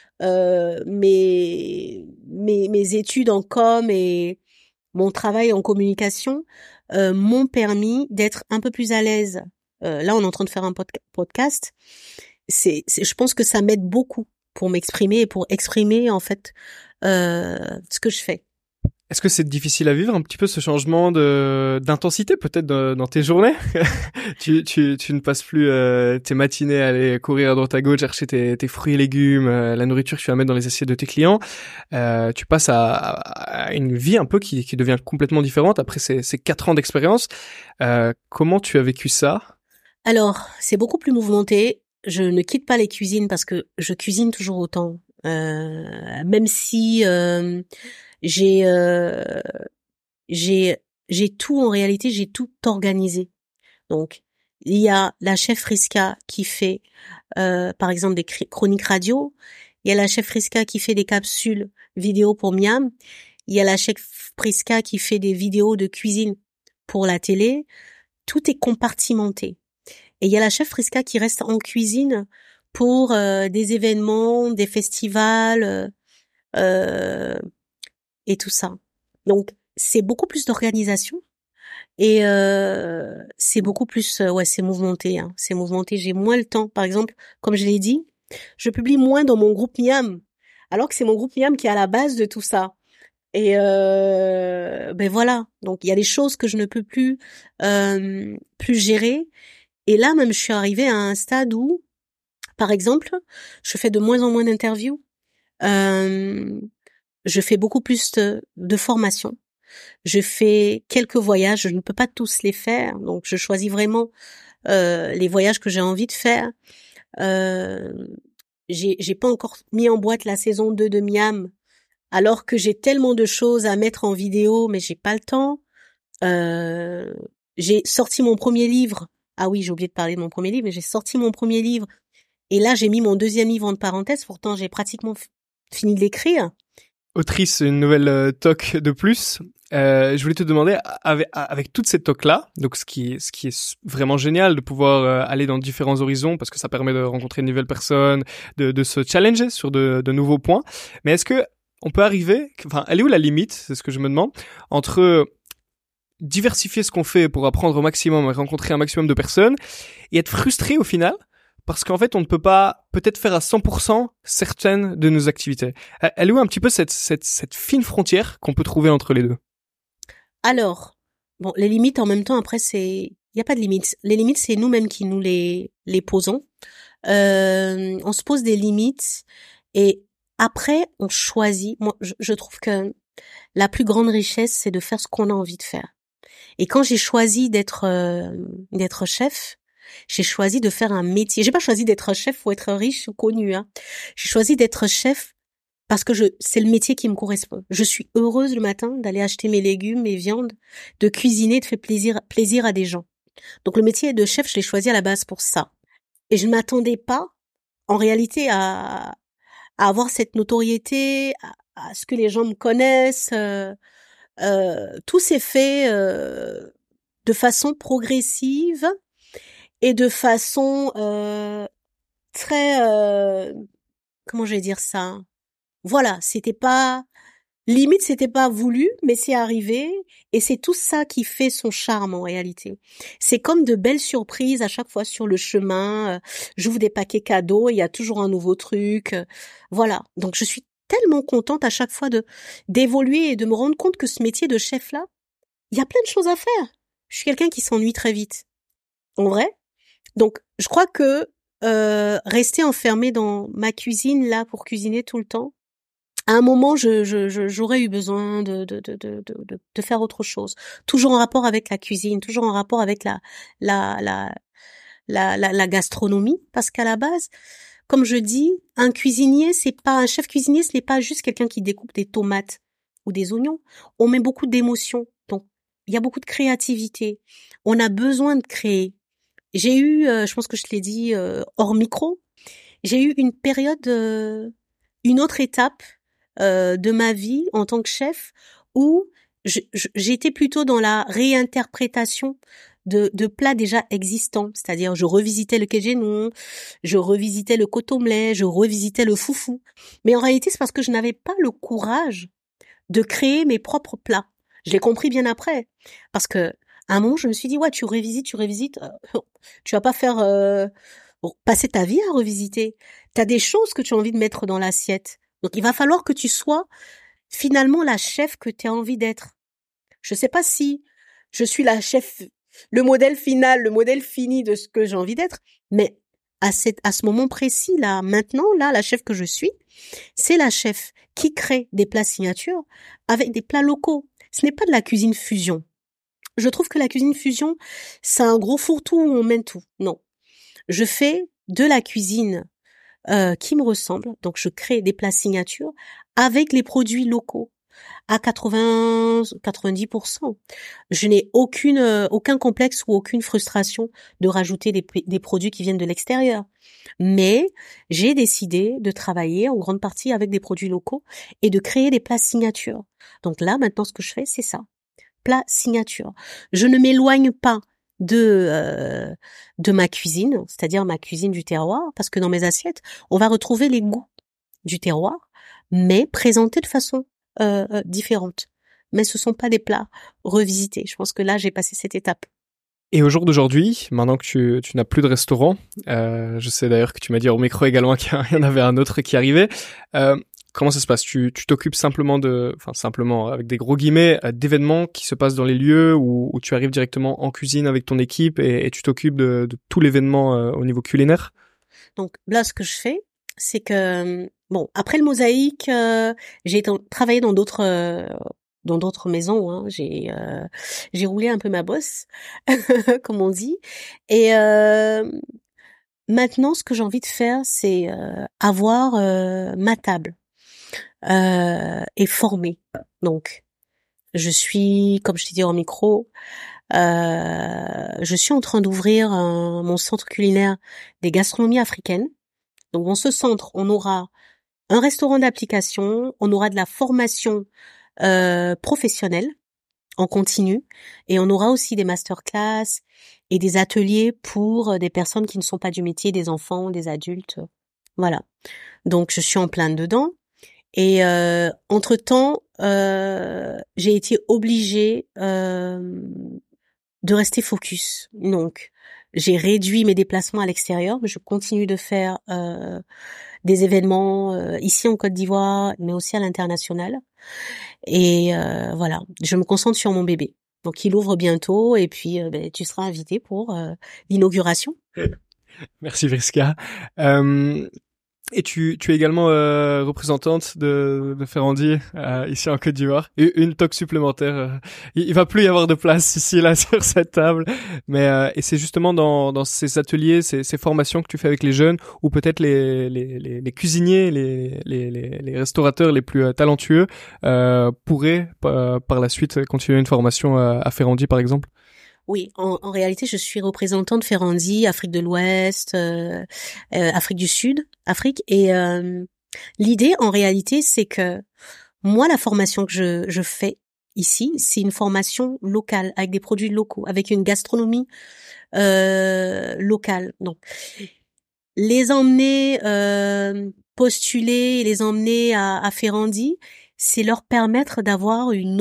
Mes études en com et mon travail en communication m'ont permis d'être un peu plus à l'aise. Là, on est en train de faire un podcast. Je pense que ça m'aide beaucoup pour m'exprimer et pour exprimer en fait ce que je fais. Est-ce que c'est difficile à vivre un petit peu ce changement d'intensité peut-être dans tes journées? Tu ne passes plus tes matinées à aller courir à droite à gauche, chercher tes fruits et légumes, la nourriture que tu vas mettre dans les assiettes de tes clients. Tu passes à une vie un peu qui devient complètement différente après ces 4 ans d'expérience. Comment tu as vécu ça? Alors, c'est beaucoup plus mouvementé. Je ne quitte pas les cuisines parce que je cuisine toujours autant. Même si j'ai euh, j'ai tout en réalité, j'ai tout organisé. Donc, il y a la chef Friska qui fait par exemple des chroniques radio, il y a la chef Friska qui fait des capsules vidéo pour Miam, il y a la chef Friska qui fait des vidéos de cuisine pour la télé, tout est compartimenté. Et il y a la chef Friska qui reste en cuisine pour des événements, des festivals et tout ça. Donc, c'est beaucoup plus d'organisation et c'est beaucoup plus, ouais, c'est mouvementé. Hein, c'est mouvementé. J'ai moins le temps. Par exemple, comme je l'ai dit, je publie moins dans mon groupe Miam, alors que c'est mon groupe Miam qui est à la base de tout ça. Et ben voilà. Donc, il y a des choses que je ne peux plus gérer. Et là, même, je suis arrivée à un stade où, par exemple, je fais de moins en moins d'interviews. Je fais beaucoup plus de formations. Je fais quelques voyages. Je ne peux pas tous les faire. Donc, je choisis vraiment les voyages que j'ai envie de faire. J'ai pas encore mis en boîte la saison 2 de Miam, alors que j'ai tellement de choses à mettre en vidéo, mais j'ai pas le temps. J'ai sorti mon premier livre. Ah oui, j'ai oublié de parler de mon premier livre, mais j'ai sorti mon premier livre. Et là, j'ai mis mon deuxième livre entre parenthèses. Pourtant, j'ai pratiquement fini de l'écrire. Autrice, une nouvelle toque de plus. Je voulais te demander, avec toute cette toque-là, donc ce qui est vraiment génial de pouvoir aller dans différents horizons parce que ça permet de rencontrer de nouvelles personnes, de se challenger sur de nouveaux points. Mais est-ce que on peut arriver, enfin, elle est où la limite, c'est ce que je me demande, entre diversifier ce qu'on fait pour apprendre au maximum et rencontrer un maximum de personnes et être frustré au final parce qu'en fait on ne peut pas peut-être faire à 100% certaines de nos activités. Elle est où un petit peu cette fine frontière qu'on peut trouver entre les deux? Alors, bon, les limites en même temps, après, il n'y a pas de limites. Les limites, c'est nous-mêmes qui nous les posons. On se pose des limites et après, on choisit. Moi, je trouve que la plus grande richesse, c'est de faire ce qu'on a envie de faire. Et quand j'ai choisi d'être chef, j'ai choisi de faire un métier. J'ai pas choisi d'être chef pour être riche ou connu. Hein. J'ai choisi d'être chef parce que c'est le métier qui me correspond. Je suis heureuse le matin d'aller acheter mes légumes, mes viandes, de cuisiner, de faire plaisir à des gens. Donc le métier de chef, je l'ai choisi à la base pour ça. Et je ne m'attendais pas, en réalité, à avoir cette notoriété, à ce que les gens me connaissent. Tout s'est fait de façon progressive et de façon très... comment je vais dire ça? Voilà, c'était pas voulu, mais c'est arrivé et c'est tout ça qui fait son charme en réalité. C'est comme de belles surprises à chaque fois sur le chemin. J'ouvre des paquets cadeaux, il y a toujours un nouveau truc. Voilà, donc je suis tellement contente à chaque fois d'évoluer et de me rendre compte que ce métier de chef là, il y a plein de choses à faire. Je suis quelqu'un qui s'ennuie très vite, en vrai. Donc je crois que rester enfermée dans ma cuisine là pour cuisiner tout le temps, à un moment, j'aurais eu besoin de faire autre chose. Toujours en rapport avec la cuisine, toujours en rapport avec la gastronomie. Parce qu'à la base, comme je dis, un chef cuisinier, ce n'est pas juste quelqu'un qui découpe des tomates ou des oignons. On met beaucoup d'émotions. Donc, il y a beaucoup de créativité. On a besoin de créer. J'ai eu, je pense que je te l'ai dit hors micro, j'ai eu une période, une autre étape de ma vie en tant que chef où j'étais plutôt dans la réinterprétation de plats déjà existants, c'est-à-dire je revisitais le quégenon, je revisitais le cotomlet, je revisitais le foufou. Mais en réalité, c'est parce que je n'avais pas le courage de créer mes propres plats. Je l'ai compris bien après, parce que à un moment, je me suis dit, ouais, tu revisites, tu vas pas faire passer ta vie à revisiter. T'as des choses que tu as envie de mettre dans l'assiette. Donc, il va falloir que tu sois finalement la chef que tu as envie d'être. Je sais pas si je suis la chef, le modèle final, le modèle fini de ce que j'ai envie d'être, mais à ce moment précis là, maintenant là, la chef que je suis, c'est la chef qui crée des plats signature avec des plats locaux. Ce n'est pas de la cuisine fusion. Je trouve que la cuisine fusion, c'est un gros fourre-tout où on mène tout. Non. Je fais de la cuisine qui me ressemble. Donc, je crée des plats signature avec les produits locaux à 90%. Je n'ai aucun complexe ou aucune frustration de rajouter des produits qui viennent de l'extérieur. Mais j'ai décidé de travailler en grande partie avec des produits locaux et de créer des plats signature. Donc là, maintenant, ce que je fais, c'est ça. Plats signature. Je ne m'éloigne pas de ma cuisine, c'est-à-dire ma cuisine du terroir, parce que dans mes assiettes, on va retrouver les goûts du terroir, mais présentés de façon différente. Mais ce sont pas des plats revisités. Je pense que là, j'ai passé cette étape. Et au jour d'aujourd'hui, maintenant que tu n'as plus de restaurant, je sais d'ailleurs que tu m'as dit au micro également qu'il y en avait un autre qui arrivait. Comment ça se passe? Tu t'occupes simplement simplement avec des gros guillemets, d'événements qui se passent dans les lieux où tu arrives directement en cuisine avec ton équipe et tu t'occupes de tout l'événement au niveau culinaire? Donc là, ce que je fais, c'est que bon, après le Mosaïque, j'ai travaillé dans d'autres maisons. Hein. J'ai roulé un peu ma bosse, comme on dit. Et maintenant, ce que j'ai envie de faire, c'est avoir ma table. Et formée. Donc, je suis, comme je t'ai dit en micro, je suis en train d'ouvrir mon centre culinaire des gastronomies africaines. Donc, dans ce centre, on aura un restaurant d'application, on aura de la formation professionnelle en continu, et on aura aussi des masterclass et des ateliers pour des personnes qui ne sont pas du métier, des enfants, des adultes. Voilà. Donc, je suis en plein dedans. Et entre-temps, j'ai été obligée de rester focus. Donc, j'ai réduit mes déplacements à l'extérieur, mais je continue de faire des événements ici en Côte d'Ivoire, mais aussi à l'international. Et voilà, je me concentre sur mon bébé. Donc, il ouvre bientôt, et puis tu seras invité pour l'inauguration. Merci Vriska. Et tu es également représentante de Ferrandi ici en Côte d'Ivoire. Une toque supplémentaire. Il va plus y avoir de place ici là sur cette table. Mais et c'est justement dans ces ateliers, ces formations que tu fais avec les jeunes, ou peut-être les cuisiniers, les restaurateurs les plus talentueux pourraient par la suite continuer une formation à Ferrandi par exemple. Oui, en réalité, je suis représentante Ferrandi, Afrique de l'Ouest, Afrique du Sud, Afrique. Et l'idée, en réalité, c'est que moi, la formation que je fais ici, c'est une formation locale, avec des produits locaux, avec une gastronomie locale. Donc, les emmener postuler, les emmener à Ferrandi, c'est leur permettre d'avoir une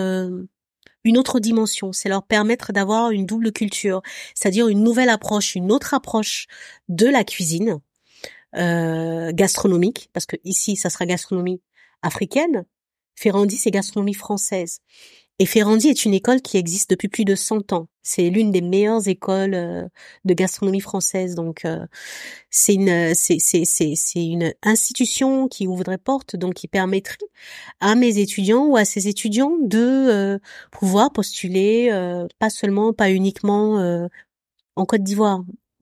autre dimension, c'est leur permettre d'avoir une double culture, c'est-à-dire une nouvelle approche, une autre approche de la cuisine gastronomique, parce que ici, ça sera gastronomie africaine. Ferrandi, c'est gastronomie française. Et Ferrandi est une école qui existe depuis plus de 100 ans. C'est l'une des meilleures écoles de gastronomie française. Donc, c'est une institution qui ouvrerait porte, donc qui permettrait à mes étudiants ou à ces étudiants de pouvoir postuler, pas uniquement en Côte d'Ivoire,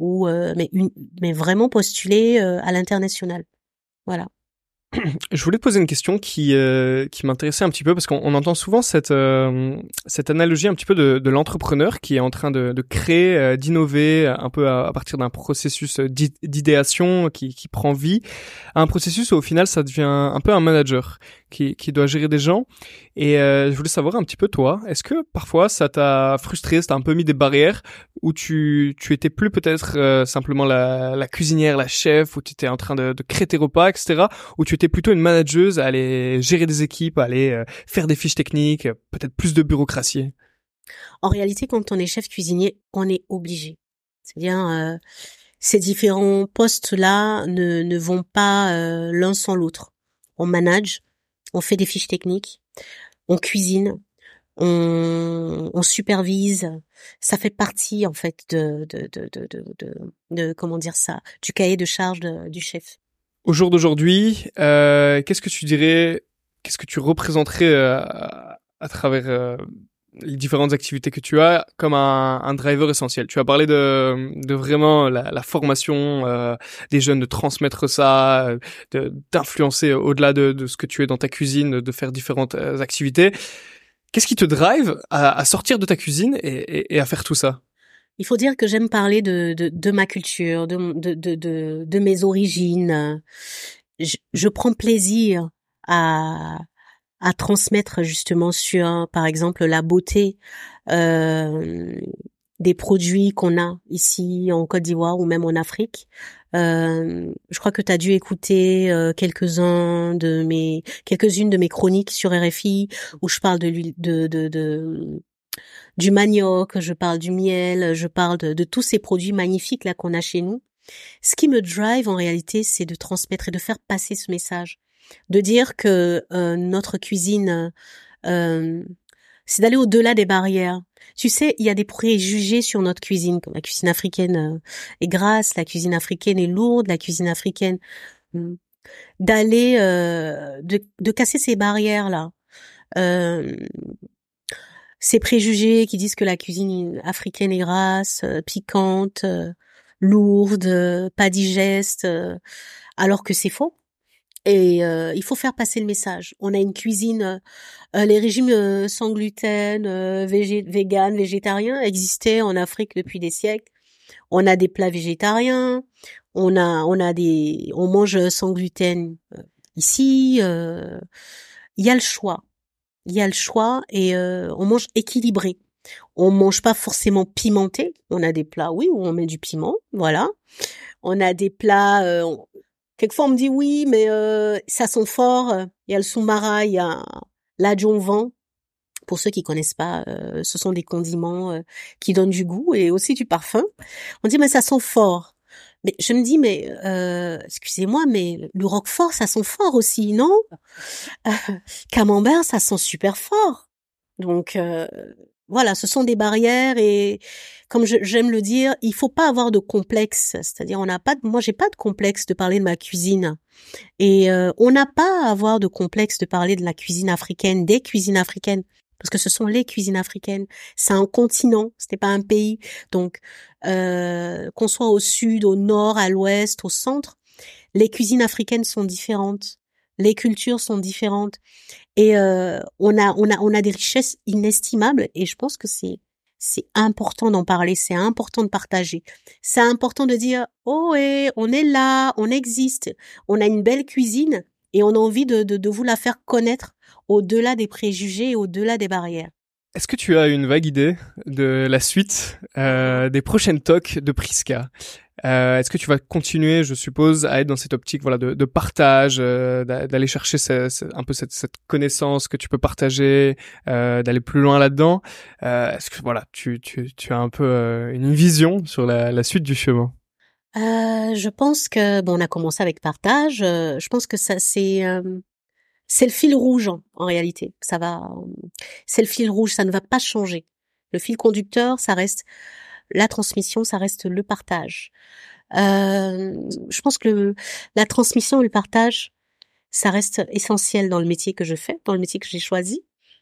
mais vraiment postuler à l'international. Voilà. Je voulais te poser une question qui m'intéressait un petit peu parce qu'on entend souvent cette analogie un petit peu de l'entrepreneur qui est en train de créer, d'innover un peu à partir d'un processus d'idéation qui prend vie, à un processus où au final ça devient un peu un manager qui doit gérer des gens. Et je voulais savoir un petit peu toi, est-ce que parfois ça t'a frustré, ça t'a un peu mis des barrières où tu étais plus peut-être simplement la cuisinière, la chef, où tu étais en train de créer tes repas, etc., ou tu étais plutôt une manageuse à aller gérer des équipes, à aller faire des fiches techniques, peut-être plus de bureaucratie? En réalité, quand on est chef cuisinier, on est obligé. C'est-à-dire, ces différents postes-là ne vont pas l'un sans l'autre. On manage, on fait des fiches techniques, on cuisine, on supervise. Ça fait partie en fait de comment dire ça, du cahier de charge du chef. Au jour d'aujourd'hui, qu'est-ce que tu dirais, qu'est-ce que tu représenterais à travers les différentes activités que tu as comme un driver essentiel? Tu as parlé de vraiment la formation des jeunes, de transmettre ça, d'influencer au-delà de ce que tu es dans ta cuisine, de faire différentes activités. Qu'est-ce qui te drive à sortir de ta cuisine et à faire tout ça? Il faut dire que j'aime parler de ma culture, de mes origines. Je prends plaisir à transmettre justement sur, par exemple, la beauté des produits qu'on a ici en Côte d'Ivoire ou même en Afrique. Je crois que tu as dû écouter quelques-unes de mes chroniques sur RFI où je parle de l'huile du manioc, je parle du miel, je parle de tous ces produits magnifiques là qu'on a chez nous. Ce qui me drive en réalité, c'est de transmettre et de faire passer ce message, de dire que notre cuisine, c'est d'aller au-delà des barrières. Tu sais, il y a des préjugés sur notre cuisine, comme la cuisine africaine est grasse, la cuisine africaine est lourde, la cuisine africaine, d'aller, de casser ces barrières là. Ces préjugés qui disent que la cuisine africaine est grasse, piquante, lourde, pas digeste, alors que c'est faux. Et il faut faire passer le message. On a une cuisine, les régimes sans gluten, vegan, végétariens existaient en Afrique depuis des siècles. On a des plats végétariens, on mange sans gluten ici. Il y a le choix. Il y a le choix et on mange équilibré. On mange pas forcément pimenté. On a des plats, oui, où on met du piment, voilà. On a des plats. Quelquefois on me dit oui, mais ça sent fort. Il y a le soumara, il y a l'adjuvant. Pour ceux qui connaissent pas, ce sont des condiments qui donnent du goût et aussi du parfum. On dit mais ça sent fort. Mais je me dis mais excusez-moi, mais le roquefort ça sent fort aussi, non? Camembert ça sent super fort. Donc voilà, ce sont des barrières et comme j'aime le dire, il faut pas avoir de complexe. C'est-à-dire moi j'ai pas de complexe de parler de ma cuisine et on n'a pas à avoir de complexe de parler de la cuisine africaine, des cuisines africaines. Parce que ce sont les cuisines africaines. C'est un continent, c'était pas un pays. Donc, qu'on soit au sud, au nord, à l'ouest, au centre, les cuisines africaines sont différentes. Les cultures sont différentes. Et on a des richesses inestimables. Et je pense que c'est important d'en parler, c'est important de partager. C'est important de dire, oh, on est là, on existe, on a une belle cuisine et on a envie de vous la faire connaître au-delà des préjugés et au-delà des barrières. Est-ce que tu as une vague idée de la suite des prochaines talks de Prisca? Est-ce que tu vas continuer, je suppose, à être dans cette optique, voilà, de partage, d'aller chercher un peu cette connaissance que tu peux partager, d'aller plus loin là-dedans? Est-ce que voilà, tu as un peu une vision sur la suite du chemin? Je pense que on a commencé avec partage. Je pense que ça c'est le fil rouge en réalité. C'est le fil rouge, ça ne va pas changer. Le fil conducteur, ça reste la transmission, ça reste le partage. Je pense que la transmission et le partage, ça reste essentiel dans le métier que je fais, dans le métier que j'ai choisi.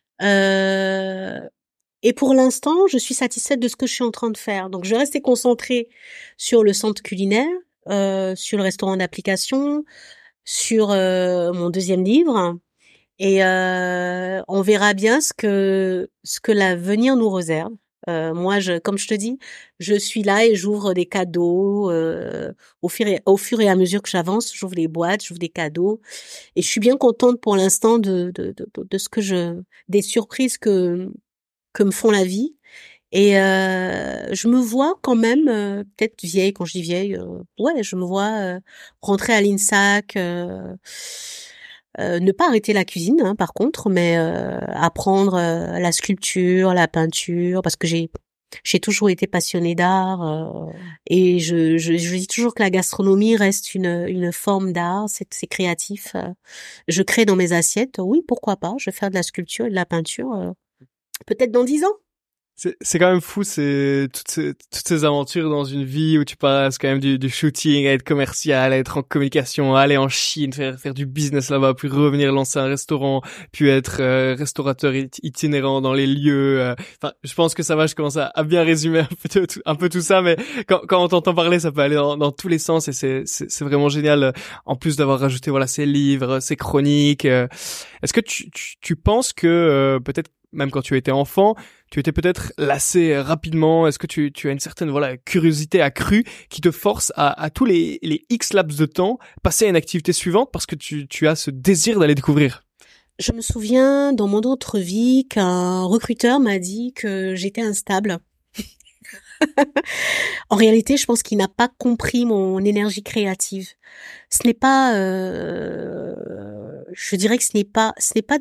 Et pour l'instant, je suis satisfaite de ce que je suis en train de faire. Donc, je vais rester concentrée sur le centre culinaire, sur le restaurant d'application, sur mon deuxième livre. Et on verra bien ce que l'avenir nous réserve. Moi, comme je te dis, je suis là et j'ouvre des cadeaux au fur et à mesure que j'avance. J'ouvre les boîtes, j'ouvre des cadeaux, et je suis bien contente pour l'instant de ce que des surprises que me font la vie. Et je me vois quand même peut-être vieille. Quand je dis vieille, ouais, je me vois rentrer à l'INSAC. Ne pas arrêter la cuisine, par contre, mais apprendre la sculpture, la peinture, parce que j'ai J'ai toujours été passionnée d'art et je dis toujours que la gastronomie reste une forme d'art, c'est créatif. Je crée dans mes assiettes, oui, pourquoi pas, je vais faire de la sculpture et de la peinture peut-être dans 10 ans. C'est quand même fou, c'est toutes ces aventures dans une vie où tu passes quand même du shooting à être commercial, à être en communication, à aller en Chine, faire du business là-bas, puis revenir lancer un restaurant, puis être restaurateur itinérant dans les lieux. Enfin, je pense que ça va, je commence à bien résumer un peu tout ça, mais quand on t'entend parler, ça peut aller dans tous les sens et c'est vraiment génial. En plus d'avoir rajouté voilà ces livres, ces chroniques, est-ce que tu penses que peut-être même quand tu étais enfant, tu étais peut-être lassé rapidement. Est-ce que tu as une certaine curiosité accrue qui te force à tous les X laps de temps passer à une activité suivante parce que tu as ce désir d'aller découvrir? Je me souviens dans mon autre vie qu'un recruteur m'a dit que j'étais instable. En réalité, je pense qu'il n'a pas compris mon énergie créative. Ce n'est pas, je dirais que ce n'est pas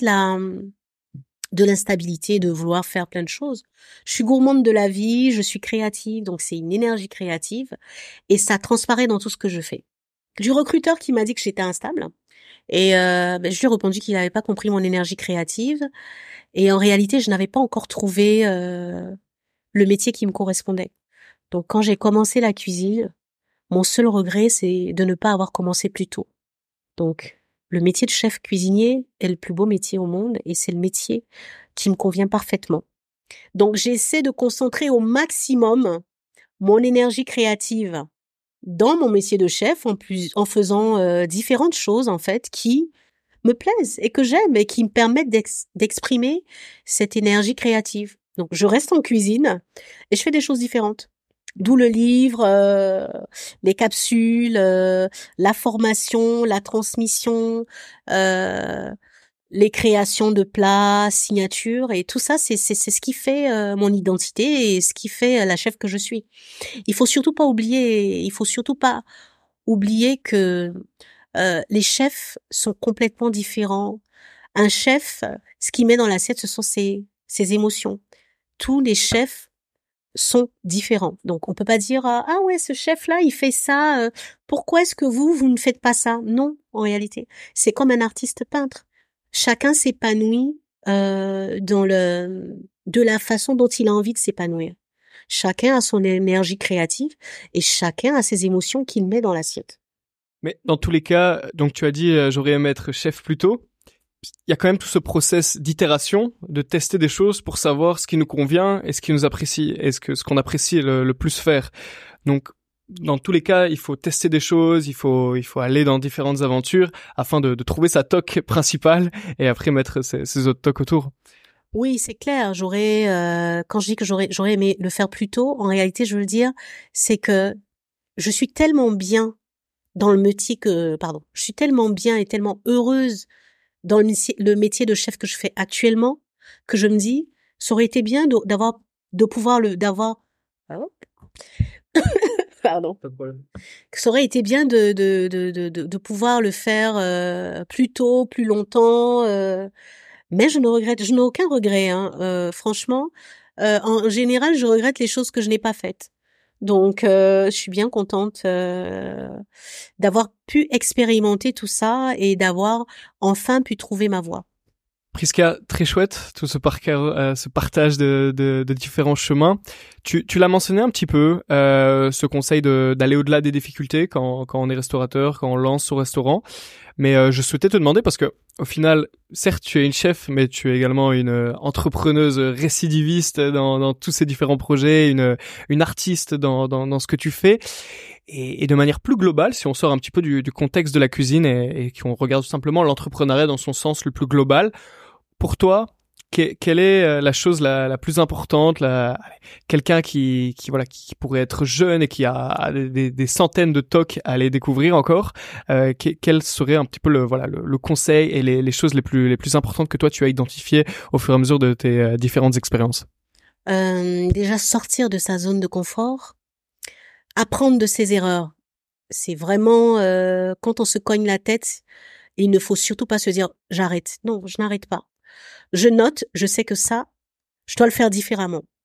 de l'instabilité, de vouloir faire plein de choses. Je suis gourmande de la vie, je suis créative, donc c'est une énergie créative et ça transparaît dans tout ce que je fais. Du recruteur qui m'a dit que j'étais instable et je lui ai répondu qu'il n'avait pas compris mon énergie créative et en réalité, je n'avais pas encore trouvé le métier qui me correspondait. Donc quand j'ai commencé la cuisine, mon seul regret, c'est de ne pas avoir commencé plus tôt. Donc le métier de chef cuisinier est le plus beau métier au monde et c'est le métier qui me convient parfaitement. Donc j'essaie de concentrer au maximum mon énergie créative dans mon métier de chef en faisant différentes choses en fait qui me plaisent et que j'aime et qui me permettent d'exprimer cette énergie créative. Donc je reste en cuisine et je fais des choses différentes. D'où le livre, les capsules, la formation, la transmission, les créations de plats, signatures et tout ça, c'est ce qui fait mon identité et ce qui fait la chef que je suis. Il faut surtout pas oublier que les chefs sont complètement différents. Un chef, ce qu'il met dans l'assiette, ce sont ses émotions. Tous les chefs sont différents. Donc on peut pas dire ah ouais, ce chef là il fait ça, pourquoi est-ce que vous ne faites pas ça? Non, en réalité, c'est comme un artiste peintre. Chacun s'épanouit de la façon dont il a envie de s'épanouir. Chacun a son énergie créative et chacun a ses émotions qu'il met dans l'assiette. Mais dans tous les cas, donc tu as dit j'aurais aimé être chef plus tôt. Il y a quand même tout ce process d'itération, de tester des choses pour savoir ce qui nous convient et ce qui nous apprécie, et ce qu'on apprécie le plus faire. Donc, dans tous les cas, il faut tester des choses, il faut aller dans différentes aventures afin de trouver sa toque principale et après mettre ses autres toques autour. Oui, c'est clair. Quand je dis que j'aurais aimé le faire plus tôt, en réalité, je veux dire, c'est que je suis tellement bien dans le métier je suis tellement bien et tellement heureuse dans le métier de chef que je fais actuellement, que je me dis, ça aurait été bien pardon. Pas de problème. Ça aurait été bien de pouvoir le faire plus tôt, plus longtemps, mais je n'ai aucun regret, hein. Franchement, en général, je regrette les choses que je n'ai pas faites. Donc, je suis bien contente d'avoir pu expérimenter tout ça et d'avoir enfin pu trouver ma voie. Prisca, très chouette tout ce partage de différents chemins. Tu l'as mentionné un petit peu, ce conseil d'aller au-delà des difficultés quand on est restaurateur, quand on lance son restaurant. Mais je souhaitais te demander parce que au final, certes, tu es une chef, mais tu es également une entrepreneuse récidiviste dans tous ces différents projets, une artiste dans ce que tu fais. Et de manière plus globale, si on sort un petit peu du contexte de la cuisine et qu'on regarde tout simplement l'entrepreneuriat dans son sens le plus global, pour toi, quelle est la chose la plus importante, quelqu'un qui pourrait être jeune et qui a des centaines de tocs à aller découvrir encore, quel serait un petit peu le conseil et les choses les plus importantes que toi tu as identifiées au fur et à mesure de tes différentes expériences? Déjà sortir de sa zone de confort, apprendre de ses erreurs. C'est vraiment quand on se cogne la tête, il ne faut surtout pas se dire j'arrête. Non, je n'arrête pas. Je note, je sais que ça, je dois le faire différemment.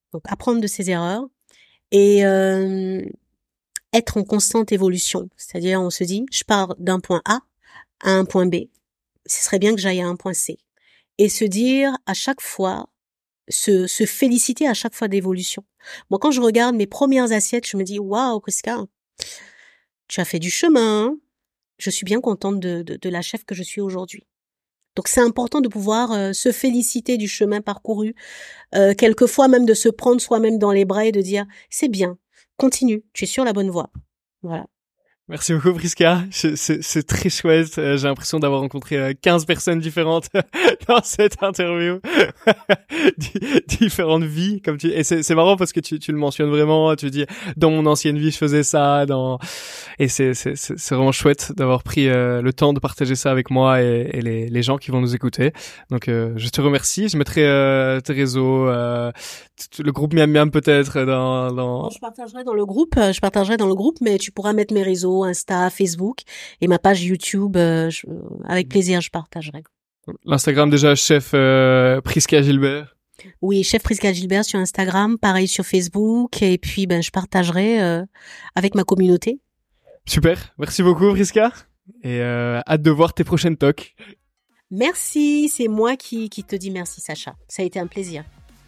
Donc apprendre de ses erreurs et être en constante évolution. C'est-à-dire on se dit, je pars d'un point A à un point B. Ce serait bien que j'aille à un point C. Et se dire à chaque fois, se féliciter à chaque fois d'évolution. Moi, quand je regarde mes premières assiettes, je me dis, waouh, Prisca, tu as fait du chemin, hein. Je suis bien contente de la chef que je suis aujourd'hui. Donc c'est important de pouvoir se féliciter du chemin parcouru, quelquefois même de se prendre soi-même dans les bras et de dire c'est bien, continue, tu es sur la bonne voie. Voilà. Merci beaucoup Prisca, c'est très chouette, j'ai l'impression d'avoir rencontré 15 personnes différentes dans cette interview, différentes vies, comme et c'est marrant parce que tu le mentionnes vraiment, tu dis dans mon ancienne vie je faisais ça, et c'est vraiment chouette d'avoir pris le temps de partager ça avec moi et les gens qui vont nous écouter. Donc je te remercie, je mettrai tes réseaux, le groupe Miam Miam peut-être dans... Je partagerai dans le groupe, mais tu pourras mettre mes réseaux, Insta, Facebook et ma page YouTube, avec plaisir je partagerai. L'Instagram déjà, chef Prisca Gilbert. Oui, chef Prisca Gilbert sur Instagram, pareil sur Facebook, et puis je partagerai avec ma communauté. Super, merci beaucoup Prisca, et hâte de voir tes prochaines talks. Merci, c'est moi qui te dis merci Sacha, ça a été un plaisir.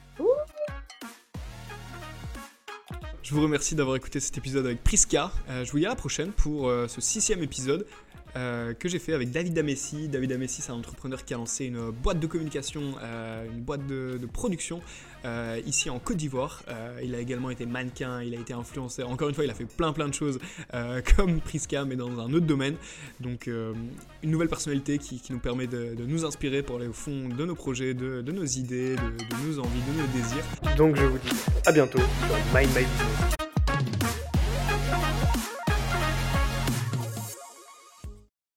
Je vous remercie d'avoir écouté cet épisode avec Prisca. Je vous dis à la prochaine pour ce 6e épisode que j'ai fait avec David Amessi. David Amessi, c'est un entrepreneur qui a lancé une boîte de communication, une boîte de production ici en Côte d'Ivoire. Il a également été mannequin, il a été influenceur. Encore une fois, il a fait plein de choses comme Prisca, mais dans un autre domaine. Donc, une nouvelle personnalité qui nous permet de nous inspirer pour aller au fond de nos projets, de nos idées, de nos envies, de nos désirs. Donc, je vous dis à bientôt sur Mind My Business.